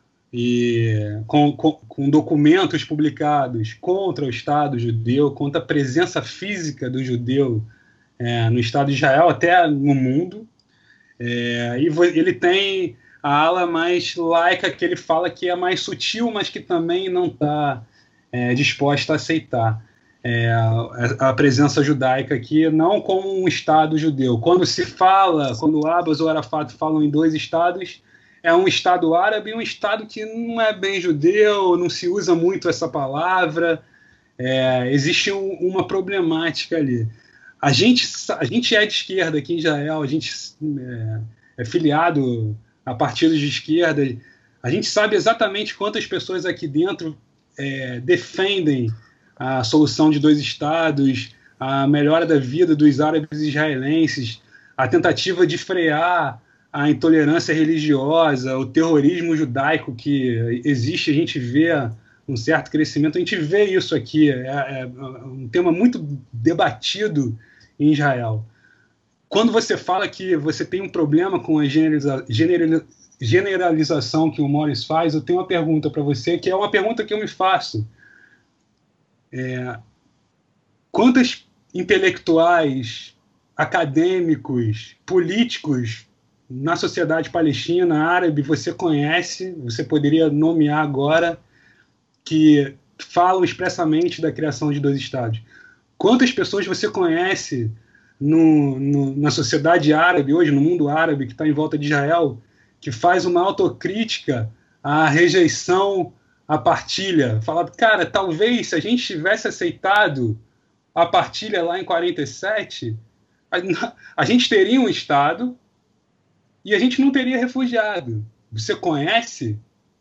com documentos publicados contra o Estado judeu, contra a presença física do judeu no Estado de Israel, até no mundo. E ele tem a ala mais laica, que ele fala que é mais sutil, mas que também não está disposta a aceitar a presença judaica aqui, não como um Estado judeu. Quando o Abbas ou o Arafat falam em dois Estados, é um Estado árabe e um Estado que não é bem judeu, não se usa muito essa palavra. Existe uma problemática ali. A gente é de esquerda aqui em Israel, a gente é filiado a partidos de esquerda, a gente sabe exatamente quantas pessoas aqui dentro defendem a solução de dois estados, a melhora da vida dos árabes israelenses, a tentativa de frear a intolerância religiosa, o terrorismo judaico que existe, a gente vê um certo crescimento, a gente vê isso aqui, é um tema muito debatido em Israel. Quando você fala que você tem um problema com a generalização que o Morris faz, eu tenho uma pergunta para você, que é uma pergunta que eu me faço. quantos intelectuais, acadêmicos, políticos na sociedade palestina, árabe, você conhece, você poderia nomear agora, que falam expressamente da criação de 2 estados? Quantas pessoas você conhece na sociedade árabe, hoje, no mundo árabe, que está em volta de Israel, que faz uma autocrítica à rejeição, à partilha? Fala, cara, talvez se a gente tivesse aceitado a partilha lá em 47, a gente teria um Estado e a gente não teria refugiado. Você conhece?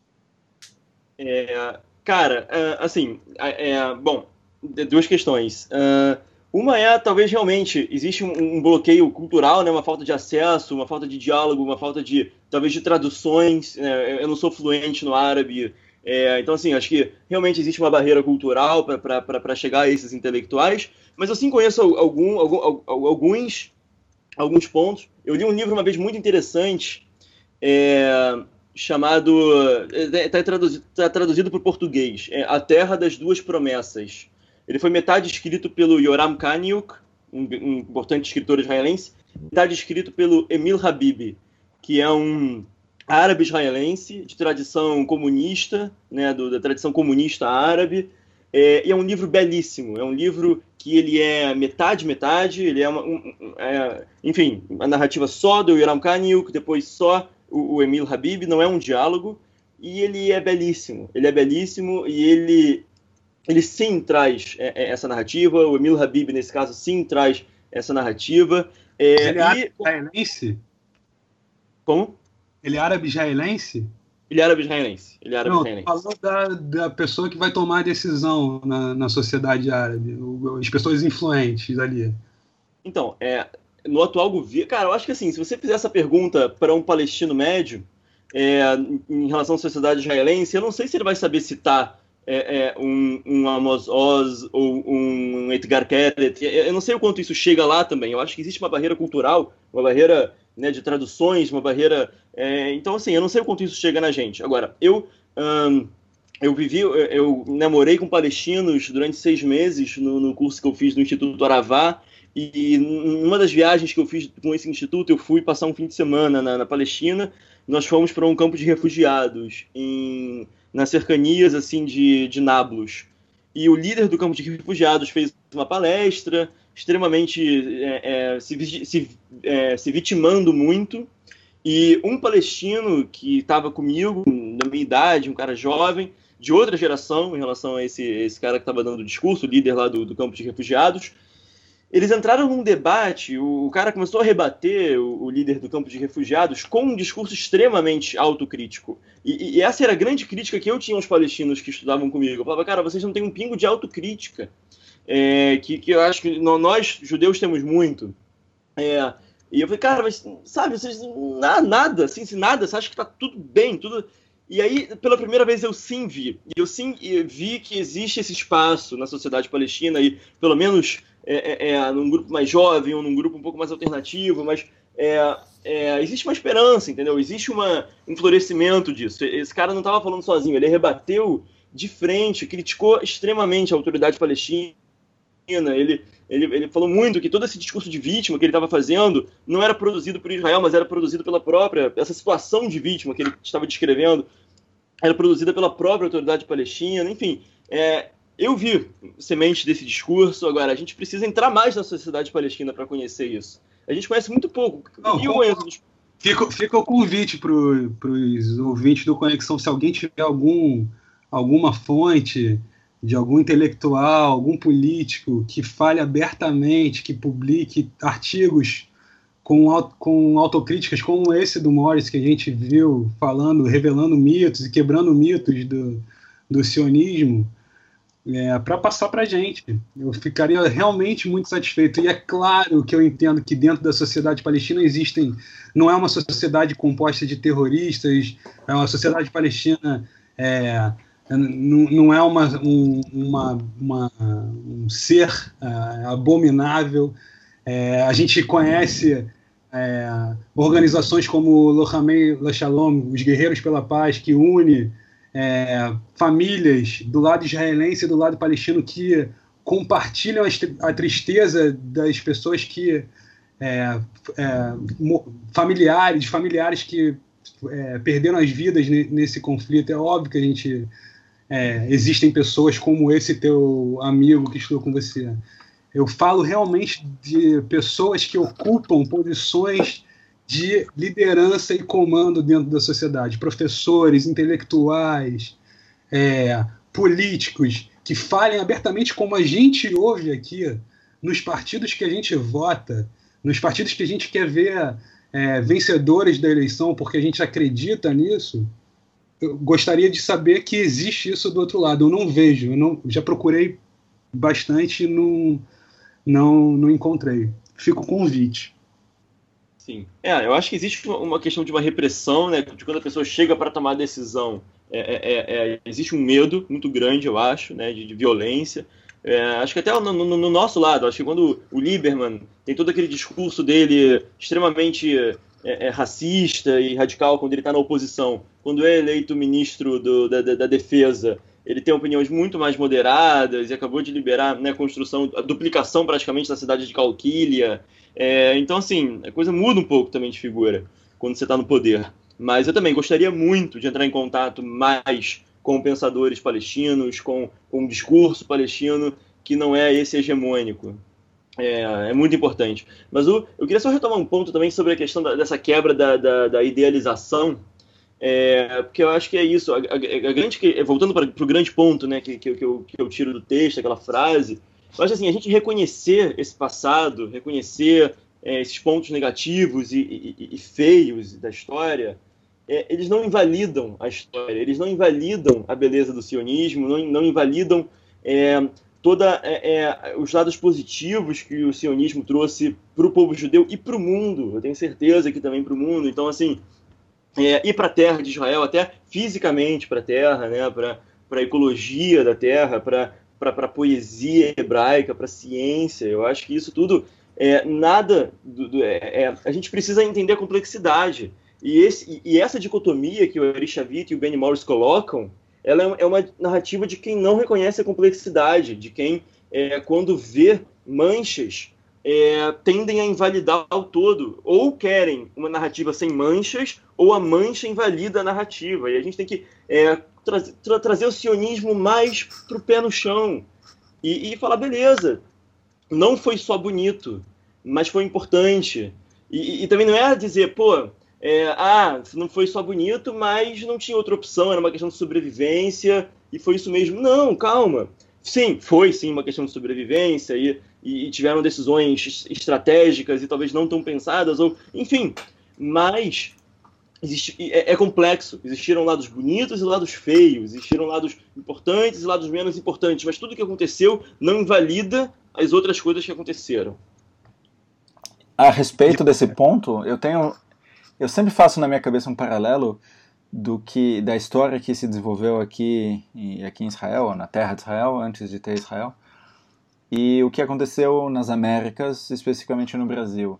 Cara, assim, bom, 2 questões. Uma talvez realmente existe um bloqueio cultural, né, uma falta de acesso, uma falta de diálogo, uma falta talvez de traduções. Eu não sou fluente no árabe, então assim, acho que realmente existe uma barreira cultural para chegar a esses intelectuais, mas eu sim conheço alguns pontos. Eu li um livro uma vez muito interessante, chamado, está traduzido para o português, A Terra das Duas Promessas. Ele foi metade escrito pelo Yoram Kaniuk, um importante escritor israelense, metade escrito pelo Emil Habib, que é um árabe israelense de tradição comunista, né, da tradição comunista árabe, e é um livro belíssimo. É um livro que ele é metade, ele é enfim, a narrativa só do Yoram Kaniuk, depois só o Emil Habib, não é um diálogo, e ele é belíssimo. Ele é belíssimo e ele sim traz essa narrativa. O Emil Habib, nesse caso, sim traz essa narrativa. Ele é árabe israelense? Como? Ele é árabe israelense? Ele é árabe israelense. Falou da pessoa que vai tomar a decisão na sociedade árabe, as pessoas influentes ali. Então, no atual governo... Cara, eu acho que assim, se você fizer essa pergunta para um palestino médio, em relação à sociedade israelense, eu não sei se ele vai saber citar um Amos Oz ou um Edgar Keret. Eu não sei o quanto isso chega lá também. Eu acho que existe uma barreira cultural, uma barreira, né, de traduções, uma barreira... então, assim, eu não sei o quanto isso chega na gente. Agora, eu morei com palestinos durante 6 meses no curso que eu fiz no Instituto Aravá, e numa das viagens que eu fiz com esse instituto, eu fui passar um fim de semana na Palestina. Nós fomos para um campo de refugiados nas cercanias assim de Nablus, e o líder do campo de refugiados fez uma palestra extremamente se vitimando muito, e um palestino que estava comigo, da minha idade, um cara jovem, de outra geração em relação a esse cara que estava dando o discurso, o líder lá do campo de refugiados, eles entraram num debate. O cara começou a rebater o líder do campo de refugiados com um discurso extremamente autocrítico. E essa era a grande crítica que eu tinha aos palestinos que estudavam comigo. Eu falava, cara, vocês não têm um pingo de autocrítica, que eu acho que nós, judeus, temos muito. E eu falei, cara, mas, sabe, vocês nada, assim, nada, você acha que tá tudo bem, tudo... E aí, pela primeira vez, eu sim vi que existe esse espaço na sociedade palestina, e pelo menos num grupo mais jovem ou num grupo um pouco mais alternativo, mas existe uma esperança, entendeu? Existe um florescimento disso. Esse cara não estava falando sozinho, ele rebateu de frente, criticou extremamente a autoridade palestina. Ele falou muito que todo esse discurso de vítima que ele estava fazendo não era produzido por Israel, mas era produzido pela própria... Essa situação de vítima que ele estava descrevendo era produzida pela própria autoridade palestina. Enfim, eu vi semente desse discurso. Agora, a gente precisa entrar mais na sociedade palestina para conhecer isso. A gente conhece muito pouco. Fica o convite para os ouvintes do Conexão. Se alguém tiver alguma fonte de algum intelectual, algum político que fale abertamente, que publique artigos com autocríticas como esse do Morris que a gente viu falando, revelando mitos e quebrando mitos do sionismo, para passar para a gente. Eu ficaria realmente muito satisfeito. E é claro que eu entendo que dentro da sociedade palestina não é uma sociedade composta de terroristas, é uma sociedade palestina... não é um ser abominável. A gente conhece organizações como Lohamei LaShalom, os Guerreiros pela Paz, que une famílias do lado israelense e do lado palestino que compartilham a tristeza das pessoas que familiares que perderam as vidas nesse conflito. É óbvio que existem pessoas como esse teu amigo que estudou com você. Eu falo realmente de pessoas que ocupam posições de liderança e comando dentro da sociedade, professores, intelectuais, políticos, que falem abertamente como a gente ouve aqui, nos partidos que a gente vota, nos partidos que a gente quer ver vencedores da eleição, porque a gente acredita nisso. Eu gostaria de saber que existe isso do outro lado. Eu não vejo, já procurei bastante e não encontrei. Fica o convite. Sim. Eu acho que existe uma questão de uma repressão, né? De quando a pessoa chega para tomar a decisão. Existe um medo muito grande, eu acho, né? De violência. Acho que até no nosso lado, acho que quando o Lieberman tem todo aquele discurso dele extremamente racista e radical quando ele está na oposição, quando é eleito ministro da Defesa, ele tem opiniões muito mais moderadas e acabou de liberar, né, a duplicação praticamente da cidade de Calquília. Então, assim, a coisa muda um pouco também de figura quando você está no poder. Mas eu também gostaria muito de entrar em contato mais com pensadores palestinos, com um discurso palestino que não é esse hegemônico. É muito importante. Mas eu queria só retomar um ponto também sobre a questão dessa quebra da idealização, porque eu acho que é isso. Voltando para o grande ponto, né, que eu tiro do texto, aquela frase, eu acho assim, a gente reconhecer esse passado, reconhecer esses pontos negativos e feios da história, eles não invalidam a história, eles não invalidam a beleza do sionismo, não invalidam os lados positivos que o sionismo trouxe para o povo judeu e para o mundo. Eu tenho certeza que também para o mundo. Então, assim, ir para a terra de Israel, até fisicamente para a terra, né, para a ecologia da terra, para a poesia hebraica, para a ciência. Eu acho que isso tudo a gente precisa entender a complexidade. E essa dicotomia que o Ari Shavit e o Benny Morris colocam, ela é uma narrativa de quem não reconhece a complexidade, de quem, quando vê manchas, tendem a invalidar o todo. Ou querem uma narrativa sem manchas, ou a mancha invalida a narrativa. E a gente tem que trazer o sionismo mais para o pé no chão e falar, beleza, não foi só bonito, mas foi importante. E também não é dizer, não foi só bonito, mas não tinha outra opção, era uma questão de sobrevivência, e foi isso mesmo. Não, calma. Sim, foi sim uma questão de sobrevivência, e tiveram decisões estratégicas e talvez não tão pensadas, enfim, mas é complexo. Existiram lados bonitos e lados feios, existiram lados importantes e lados menos importantes, mas tudo que aconteceu não invalida as outras coisas que aconteceram. A respeito desse ponto, eu sempre faço na minha cabeça um paralelo da história que se desenvolveu aqui em Israel, na terra de Israel, antes de ter Israel, e o que aconteceu nas Américas, especificamente no Brasil.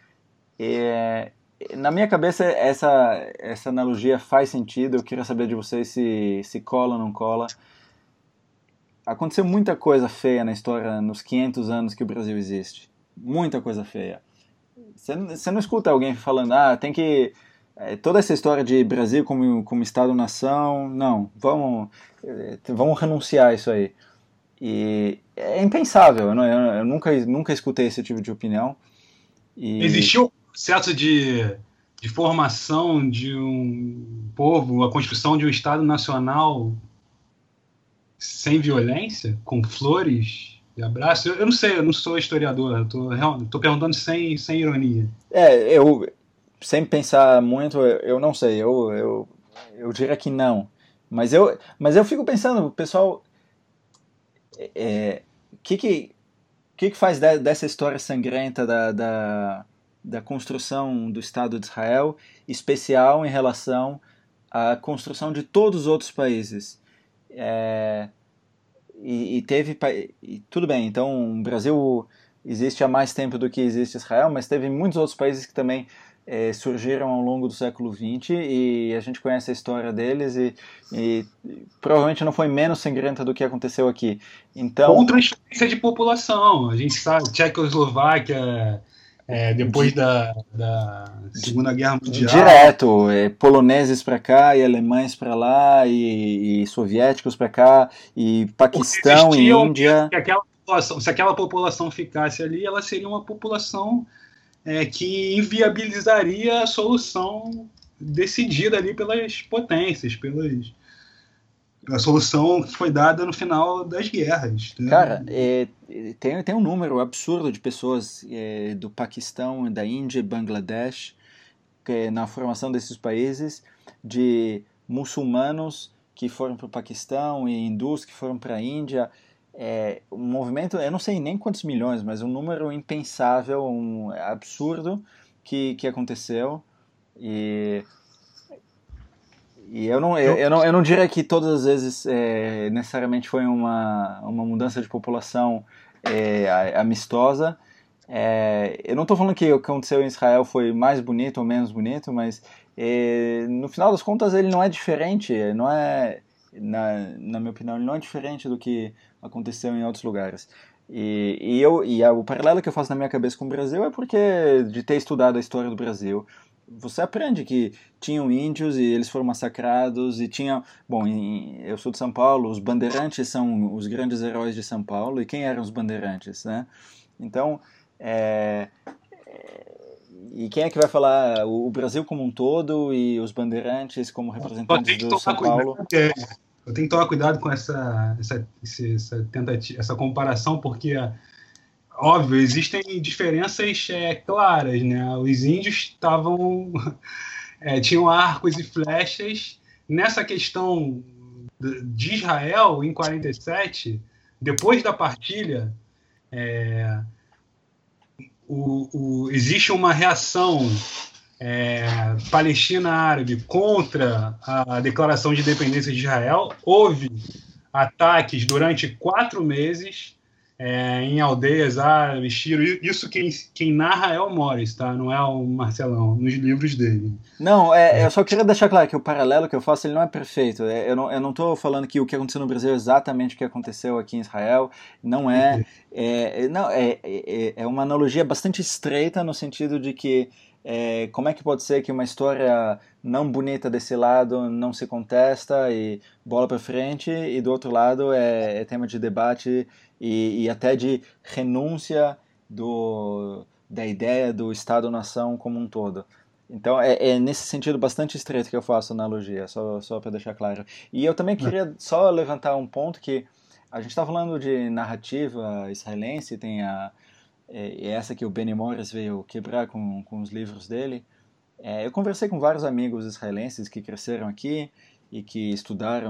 Na minha cabeça, essa analogia faz sentido. Eu queria saber de vocês se cola ou não cola. Aconteceu muita coisa feia na história nos 500 anos que o Brasil existe. Muita coisa feia. Você não escuta alguém falando, tem que... toda essa história de Brasil como Estado-nação, não, vamos renunciar a isso aí. E é impensável, eu nunca escutei esse tipo de opinião. Existiu um processo de formação de um povo, a construção de um Estado nacional sem violência, com flores e abraços? Eu não sei, eu não sou historiador, estou perguntando sem ironia. Eu, sem pensar muito, eu não sei, eu diria que não. Mas eu fico pensando, pessoal, que faz dessa história sangrenta da construção do Estado de Israel especial em relação à construção de todos os outros países? Tudo bem, então o Brasil existe há mais tempo do que existe Israel, mas teve muitos outros países que também surgiram ao longo do século XX e a gente conhece a história deles e provavelmente não foi menos sangrenta do que aconteceu aqui. Então, com transferência de população. A gente sabe, Tchecoslováquia, depois da Segunda Guerra Mundial. Direto, poloneses para cá e alemães para lá e soviéticos para cá e Paquistão e Índia. Se aquela população ficasse ali, ela seria uma população que inviabilizaria a solução decidida ali pelas potências, a solução que foi dada no final das guerras. Né? Cara, tem um número absurdo de pessoas do Paquistão, da Índia e Bangladesh, na formação desses países, de muçulmanos que foram para o Paquistão e hindus que foram para a Índia. Um movimento, eu não sei nem quantos milhões, mas um número impensável, absurdo que aconteceu. E eu não diria que todas as vezes necessariamente foi uma mudança de população amistosa. Eu não estou falando que o que aconteceu em Israel foi mais bonito ou menos bonito, mas no final das contas ele não é diferente, não é, na minha opinião, ele não é diferente do que aconteceu em outros lugares. O paralelo que eu faço na minha cabeça com o Brasil é porque de ter estudado a história do Brasil, você aprende que tinham índios e eles foram massacrados e tinha, bom, eu sou de São Paulo, os bandeirantes são os grandes heróis de São Paulo, e quem eram os bandeirantes, né? Então, e quem é que vai falar o Brasil como um todo e os bandeirantes como representantes do São Paulo? Eu tenho que tomar cuidado com essa comparação, porque, óbvio, existem diferenças claras, né? Os índios tinham arcos e flechas. Nessa questão de Israel, em 47, depois da partilha, existe uma reação Palestina-Árabe contra a declaração de independência de Israel. Houve ataques durante 4 meses em aldeias árabes, tiro. Isso quem narra é o Morris, tá? Não é o Marcelão, nos livros dele. Não, eu só queria deixar claro que o paralelo que eu faço ele não é perfeito. Eu não estou falando que o que aconteceu no Brasil é exatamente o que aconteceu aqui em Israel. Não é. É uma analogia bastante estreita no sentido de que como é que pode ser que uma história não bonita desse lado não se contesta e bola para frente, e do outro lado é tema de debate e até de renúncia da ideia do Estado-nação como um todo. Então é nesse sentido bastante estreito que eu faço a analogia, só para deixar claro. E eu também queria só levantar um ponto que a gente está falando de narrativa israelense, tem essa que o Benny Morris veio quebrar com os livros dele. Eu conversei com vários amigos israelenses que cresceram aqui e que estudaram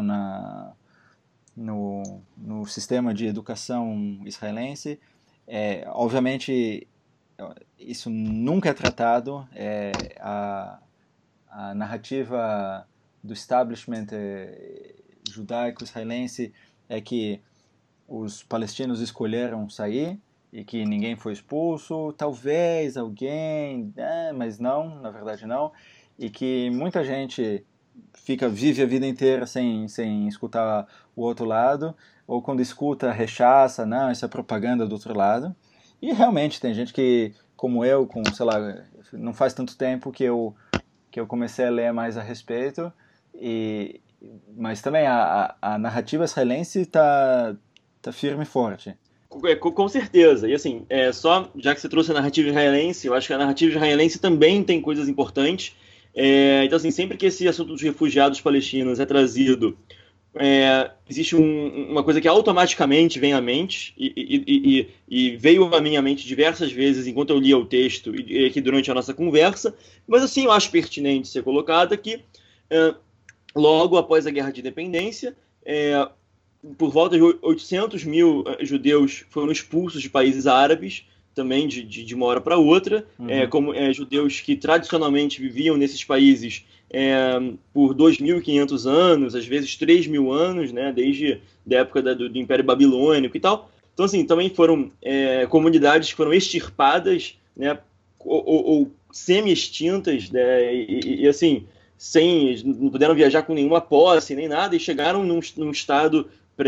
no sistema de educação israelense. Obviamente, isso nunca é tratado. A narrativa do establishment judaico-israelense é que os palestinos escolheram sair e que ninguém foi expulso, talvez alguém, mas não, na verdade não, e que muita gente vive a vida inteira sem escutar o outro lado, ou quando escuta, rechaça, não, isso é propaganda do outro lado. E realmente tem gente que, como eu, sei lá, não faz tanto tempo que eu comecei a ler mais a respeito, mas também a narrativa israelense está firme e forte. Com certeza. E assim, só já que você trouxe a narrativa israelense, eu acho que a narrativa israelense também tem coisas importantes. Então, assim, sempre que esse assunto dos refugiados palestinos é trazido, existe uma coisa que automaticamente vem à mente, e veio à minha mente diversas vezes enquanto eu lia o texto e aqui durante a nossa conversa, mas assim, eu acho pertinente ser colocada que logo após a Guerra de Independência, por volta de 800 mil judeus foram expulsos de países árabes, também de uma hora para outra, como judeus que tradicionalmente viviam nesses países por 2.500 anos, às vezes 3.000 anos, né, desde a época do Império Babilônico e tal. Então, assim, também foram comunidades que foram extirpadas, né, ou semi-extintas, né, e assim, não puderam viajar com nenhuma posse, nem nada, e chegaram num estado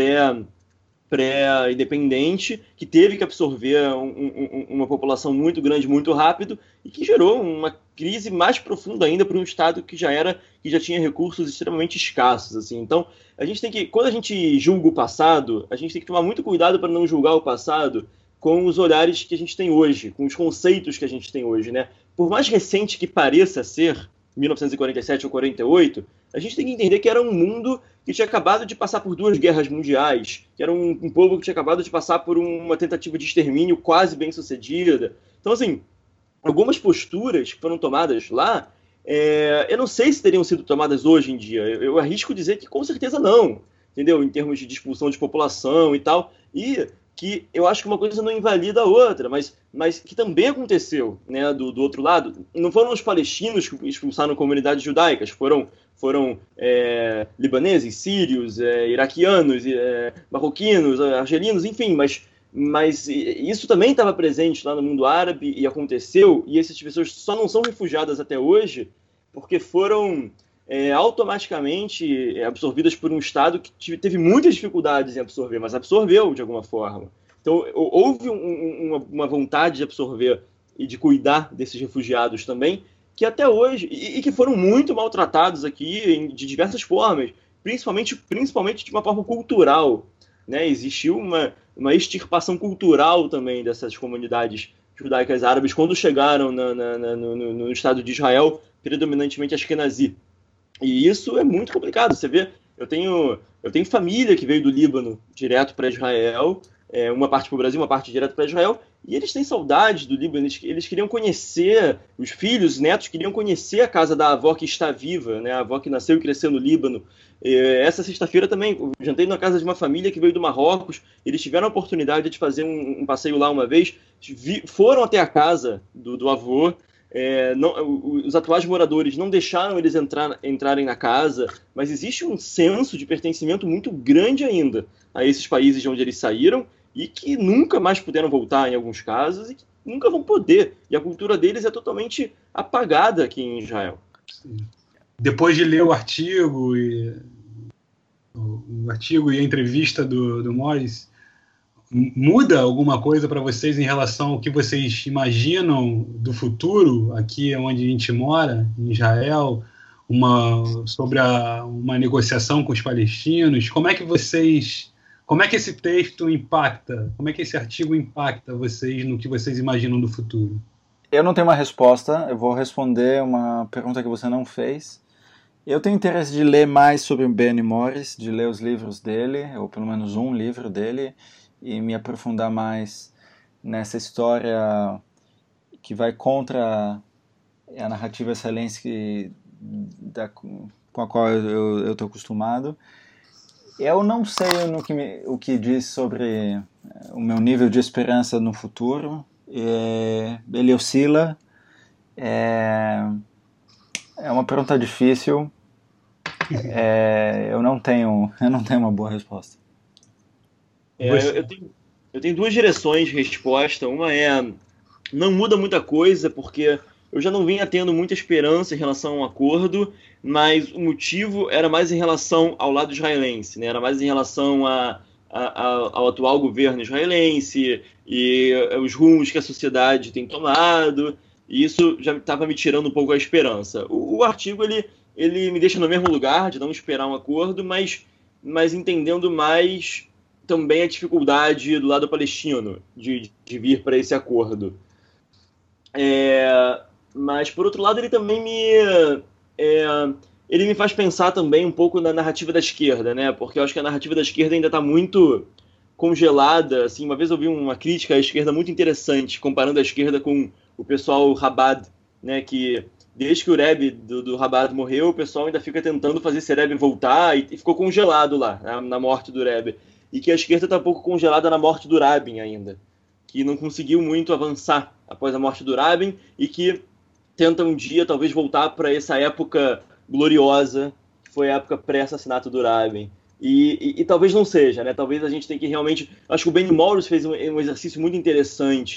pré-independente, que teve que absorver uma população muito grande, muito rápido, e que gerou uma crise mais profunda ainda para um estado que já tinha recursos extremamente escassos, assim. Então, quando a gente julga o passado, a gente tem que tomar muito cuidado para não julgar o passado com os olhares que a gente tem hoje, com os conceitos que a gente tem hoje, né? Por mais recente que pareça ser, 1947 ou 48, a gente tem que entender que era um mundo que tinha acabado de passar por 2 guerras mundiais, que era um povo que tinha acabado de passar por uma tentativa de extermínio quase bem sucedida. Então, assim, algumas posturas que foram tomadas lá, eu não sei se teriam sido tomadas hoje em dia. Eu arrisco dizer que com certeza não, entendeu? Em termos de expulsão de população e tal. E que eu acho que uma coisa não invalida a outra, mas que também aconteceu, né, do outro lado. Não foram os palestinos que expulsaram comunidades judaicas, foram libaneses, sírios, iraquianos, marroquinos, argelinos, enfim, mas isso também estava presente lá no mundo árabe e aconteceu, e essas pessoas só não são refugiadas até hoje porque foram automaticamente absorvidas por um Estado que teve muitas dificuldades em absorver, mas absorveu de alguma forma. Então, houve uma vontade de absorver e de cuidar desses refugiados também, que até hoje, e que foram muito maltratados aqui de diversas formas, principalmente de uma forma cultural, né? Existiu uma extirpação cultural também dessas comunidades judaicas árabes quando chegaram no Estado de Israel, predominantemente Ashkenazi. E isso é muito complicado. Você vê, eu tenho família que veio do Líbano direto para Israel, uma parte para o Brasil, uma parte direto para Israel, e eles têm saudades do Líbano, eles queriam conhecer, os filhos, os netos queriam conhecer a casa da avó que está viva, né, a avó que nasceu e cresceu no Líbano. Essa sexta-feira também, eu jantei na casa de uma família que veio do Marrocos, eles tiveram a oportunidade de fazer um passeio lá uma vez, foram até a casa do avô, os atuais moradores não deixaram eles entrarem na casa, mas existe um senso de pertencimento muito grande ainda a esses países de onde eles saíram e que nunca mais puderam voltar em alguns casos e que nunca vão poder. E a cultura deles é totalmente apagada aqui em Israel. Depois de ler o artigo e a entrevista do Morris, muda alguma coisa para vocês em relação ao que vocês imaginam do futuro aqui onde a gente mora, em Israel, sobre uma negociação com os palestinos? Como é que esse texto impacta? Como é que esse artigo impacta vocês no que vocês imaginam do futuro? Eu não tenho uma resposta, eu vou responder uma pergunta que você não fez. Eu tenho interesse de ler mais sobre o Benny Morris, de ler os livros dele, ou pelo menos um livro dele, e me aprofundar mais nessa história que vai contra a narrativa israelense com a qual eu estou acostumado. Eu não sei o que diz sobre o meu nível de esperança no futuro. Ele oscila. É uma pergunta difícil. Eu não tenho uma boa resposta. Eu tenho 2 direções de resposta. Uma não muda muita coisa, porque eu já não vinha tendo muita esperança em relação a um acordo, mas o motivo era mais em relação ao lado israelense, né? Era mais em relação ao atual governo israelense e os rumos que a sociedade tem tomado, e isso já estava me tirando um pouco a esperança. O artigo ele me deixa no mesmo lugar, de não esperar um acordo, mas entendendo mais também a dificuldade do lado palestino de vir para esse acordo. Mas, por outro lado, ele também me faz pensar também um pouco na narrativa da esquerda, né? Porque eu acho que a narrativa da esquerda ainda está muito congelada. Assim, uma vez eu vi uma crítica à esquerda muito interessante, comparando a esquerda com o pessoal Chabad, né? Que desde que o Rebbe do Chabad morreu, o pessoal ainda fica tentando fazer esse Rebbe voltar e ficou congelado lá, na morte do Rebbe. E que a esquerda está um pouco congelada na morte do Rabin ainda, que não conseguiu muito avançar após a morte do Rabin e que tenta um dia talvez voltar para essa época gloriosa, que foi a época pré-assassinato do Rabin. E talvez não seja, né? Talvez a gente tenha que realmente... Acho que o Benny Morris fez um exercício muito interessante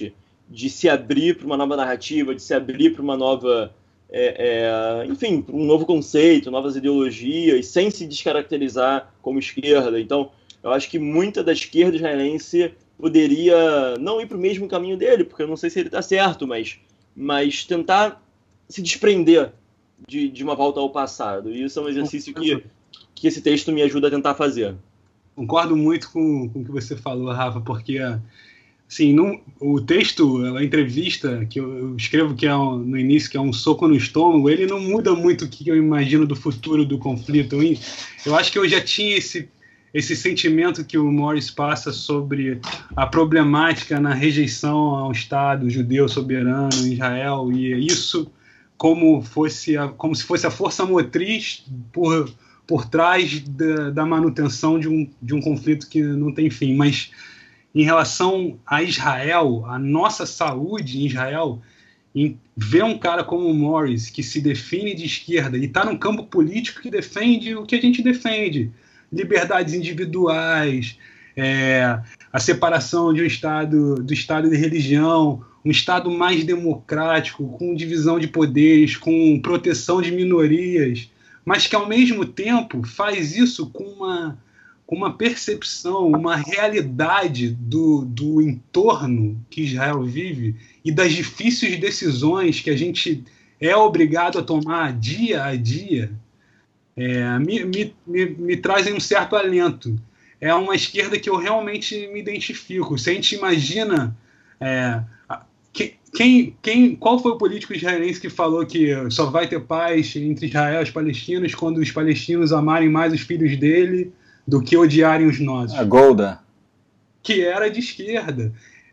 de se abrir para uma nova narrativa, de se abrir para uma nova, enfim, para um novo conceito, novas ideologias, sem se descaracterizar como esquerda. Então, eu acho que muita da esquerda israelense poderia não ir para o mesmo caminho dele, porque eu não sei se ele está certo, mas tentar se desprender de uma volta ao passado. E isso é um exercício que esse texto me ajuda a tentar fazer. Concordo muito com o que você falou, Rafa, porque assim, o texto, a entrevista que eu escrevo que no início, que é um soco no estômago, ele não muda muito o que eu imagino do futuro do conflito. Eu acho que eu já tinha esse sentimento que o Morris passa sobre a problemática na rejeição ao Estado judeu soberano em Israel, e isso como se fosse a força motriz por trás da manutenção de um conflito que não tem fim. Mas em relação a Israel, a nossa saúde em Israel, ver um cara como o Morris, que se define de esquerda e está num campo político que defende o que a gente defende, liberdades individuais, a separação do Estado e da religião, um Estado mais democrático, com divisão de poderes, com proteção de minorias, mas que, ao mesmo tempo, faz isso com uma percepção, uma realidade do entorno que Israel vive e das difíceis decisões que a gente é obrigado a tomar dia a dia, me trazem um certo alento. É uma esquerda que eu realmente me identifico. Se a gente imagina... qual foi o político israelense que falou que só vai ter paz entre Israel e os palestinos quando os palestinos amarem mais os filhos dele do que odiarem os nossos? A Golda. Que era de esquerda.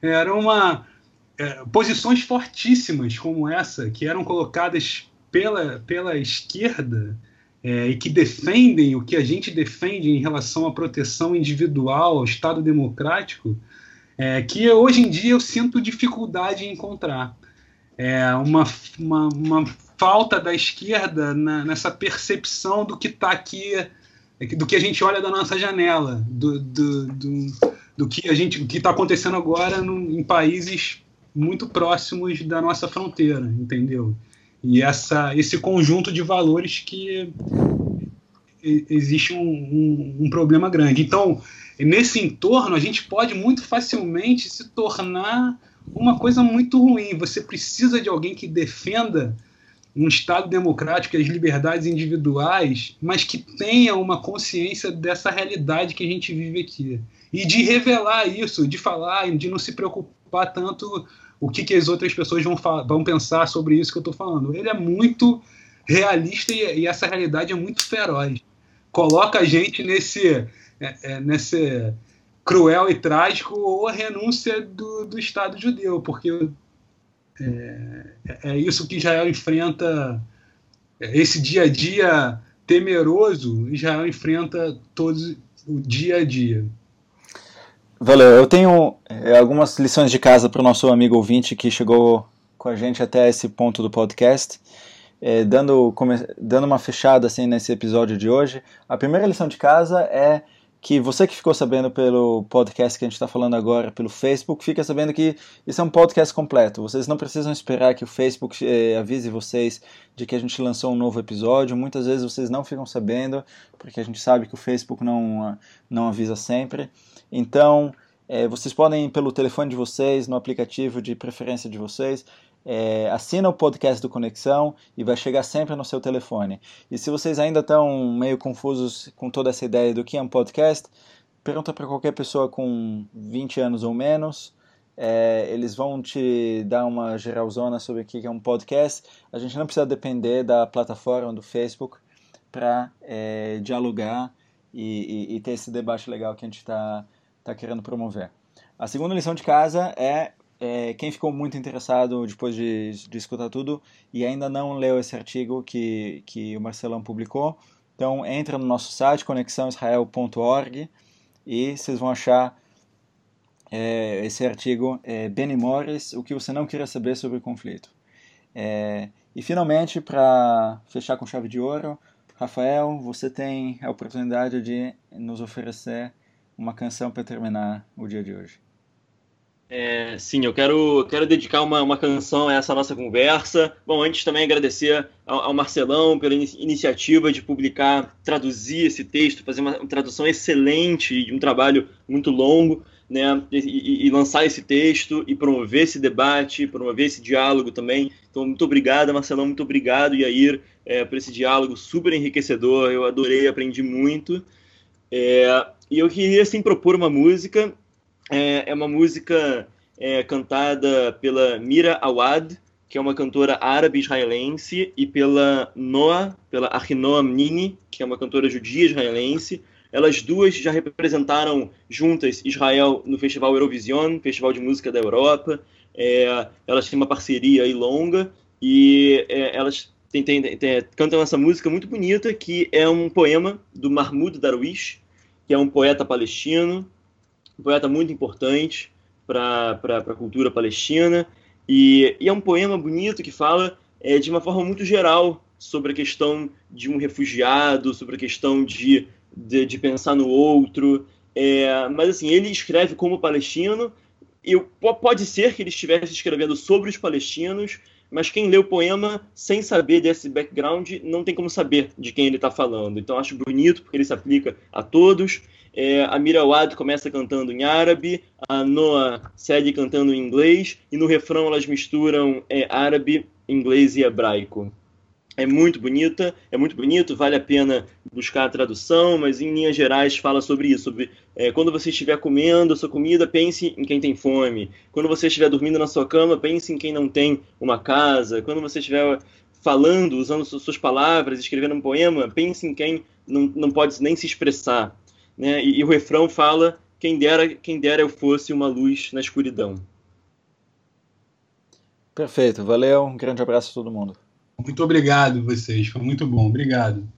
Posições fortíssimas como essa, que eram colocadas pela esquerda, e que defendem o que a gente defende em relação à proteção individual, ao Estado democrático, que hoje em dia eu sinto dificuldade em encontrar. Uma falta da esquerda nessa percepção do que está aqui, do que a gente olha da nossa janela, do que está acontecendo agora em países muito próximos da nossa fronteira, entendeu? E esse conjunto de valores que existe um problema grande. Então, nesse entorno, a gente pode muito facilmente se tornar uma coisa muito ruim. Você precisa de alguém que defenda um Estado democrático e as liberdades individuais, mas que tenha uma consciência dessa realidade que a gente vive aqui. E de revelar isso, de falar, de não se preocupar tanto o que as outras pessoas vão pensar sobre isso que eu estou falando. Ele é muito realista e essa realidade é muito feroz. Coloca a gente nesse cruel e trágico ou a renúncia do Estado judeu, porque é isso que Israel enfrenta, esse dia a dia temeroso, Israel enfrenta todos o dia a dia. Valeu, eu tenho algumas lições de casa para o nosso amigo ouvinte que chegou com a gente até esse ponto do podcast, dando uma fechada assim, nesse episódio de hoje. A primeira lição de casa é que você que ficou sabendo pelo podcast que a gente está falando agora, pelo Facebook, fica sabendo que isso é um podcast completo. Vocês não precisam esperar que o Facebook avise vocês de que a gente lançou um novo episódio. Muitas vezes vocês não ficam sabendo, porque a gente sabe que o Facebook não avisa sempre. Então, vocês podem ir pelo telefone de vocês, no aplicativo de preferência de vocês, assina o podcast do Conexão e vai chegar sempre no seu telefone. E se vocês ainda estão meio confusos com toda essa ideia do que é um podcast, pergunta para qualquer pessoa com 20 anos ou menos, eles vão te dar uma geralzona sobre o que é um podcast. A gente não precisa depender da plataforma do Facebook para dialogar e ter esse debate legal que a gente está querendo promover. A segunda lição de casa quem ficou muito interessado depois de escutar tudo e ainda não leu esse artigo que o Marcelão publicou, então entra no nosso site conexãoisrael.org e vocês vão achar esse artigo, Benny Morris, o que você não queria saber sobre o conflito. E finalmente, para fechar com chave de ouro, Rafael, você tem a oportunidade de nos oferecer uma canção para terminar o dia de hoje. Sim, eu quero dedicar uma canção a essa nossa conversa. Bom, antes também agradecer ao Marcelão pela iniciativa de publicar, traduzir esse texto, fazer uma tradução excelente de um trabalho muito longo, né? E lançar esse texto e promover esse debate, promover esse diálogo também. Então, muito obrigado, Marcelão, muito obrigado, Yair, por esse diálogo super enriquecedor. Eu adorei, aprendi muito. E eu queria, assim, propor uma música. É uma música cantada pela Mira Awad, que é uma cantora árabe-israelense, e pela Ahinoam Nini, que é uma cantora judia israelense. Elas duas já representaram juntas Israel no Festival Eurovision, Festival de Música da Europa. Elas têm uma parceria aí longa, e elas cantam essa música muito bonita, que é um poema do Mahmoud Darwish, que é um poeta palestino, um poeta muito importante para a cultura palestina, e é um poema bonito que fala de uma forma muito geral sobre a questão de um refugiado, sobre a questão de pensar no outro, mas assim, ele escreve como palestino, e pode ser que ele estivesse escrevendo sobre os palestinos, mas quem lê o poema sem saber desse background não tem como saber de quem ele está falando. Então acho bonito porque ele se aplica a todos. A Mira Awad começa cantando em árabe, a Noa segue cantando em inglês, e no refrão elas misturam árabe, inglês e hebraico. É muito bonito, vale a pena buscar a tradução, mas em linhas gerais fala sobre isso, sobre quando você estiver comendo a sua comida, pense em quem tem fome. Quando você estiver dormindo na sua cama, pense em quem não tem uma casa. Quando você estiver falando, usando suas palavras, escrevendo um poema, pense em quem não pode nem se expressar. Né? E o refrão fala: quem dera eu fosse uma luz na escuridão. Perfeito, valeu, um grande abraço a todo mundo. Muito obrigado vocês, foi muito bom, obrigado.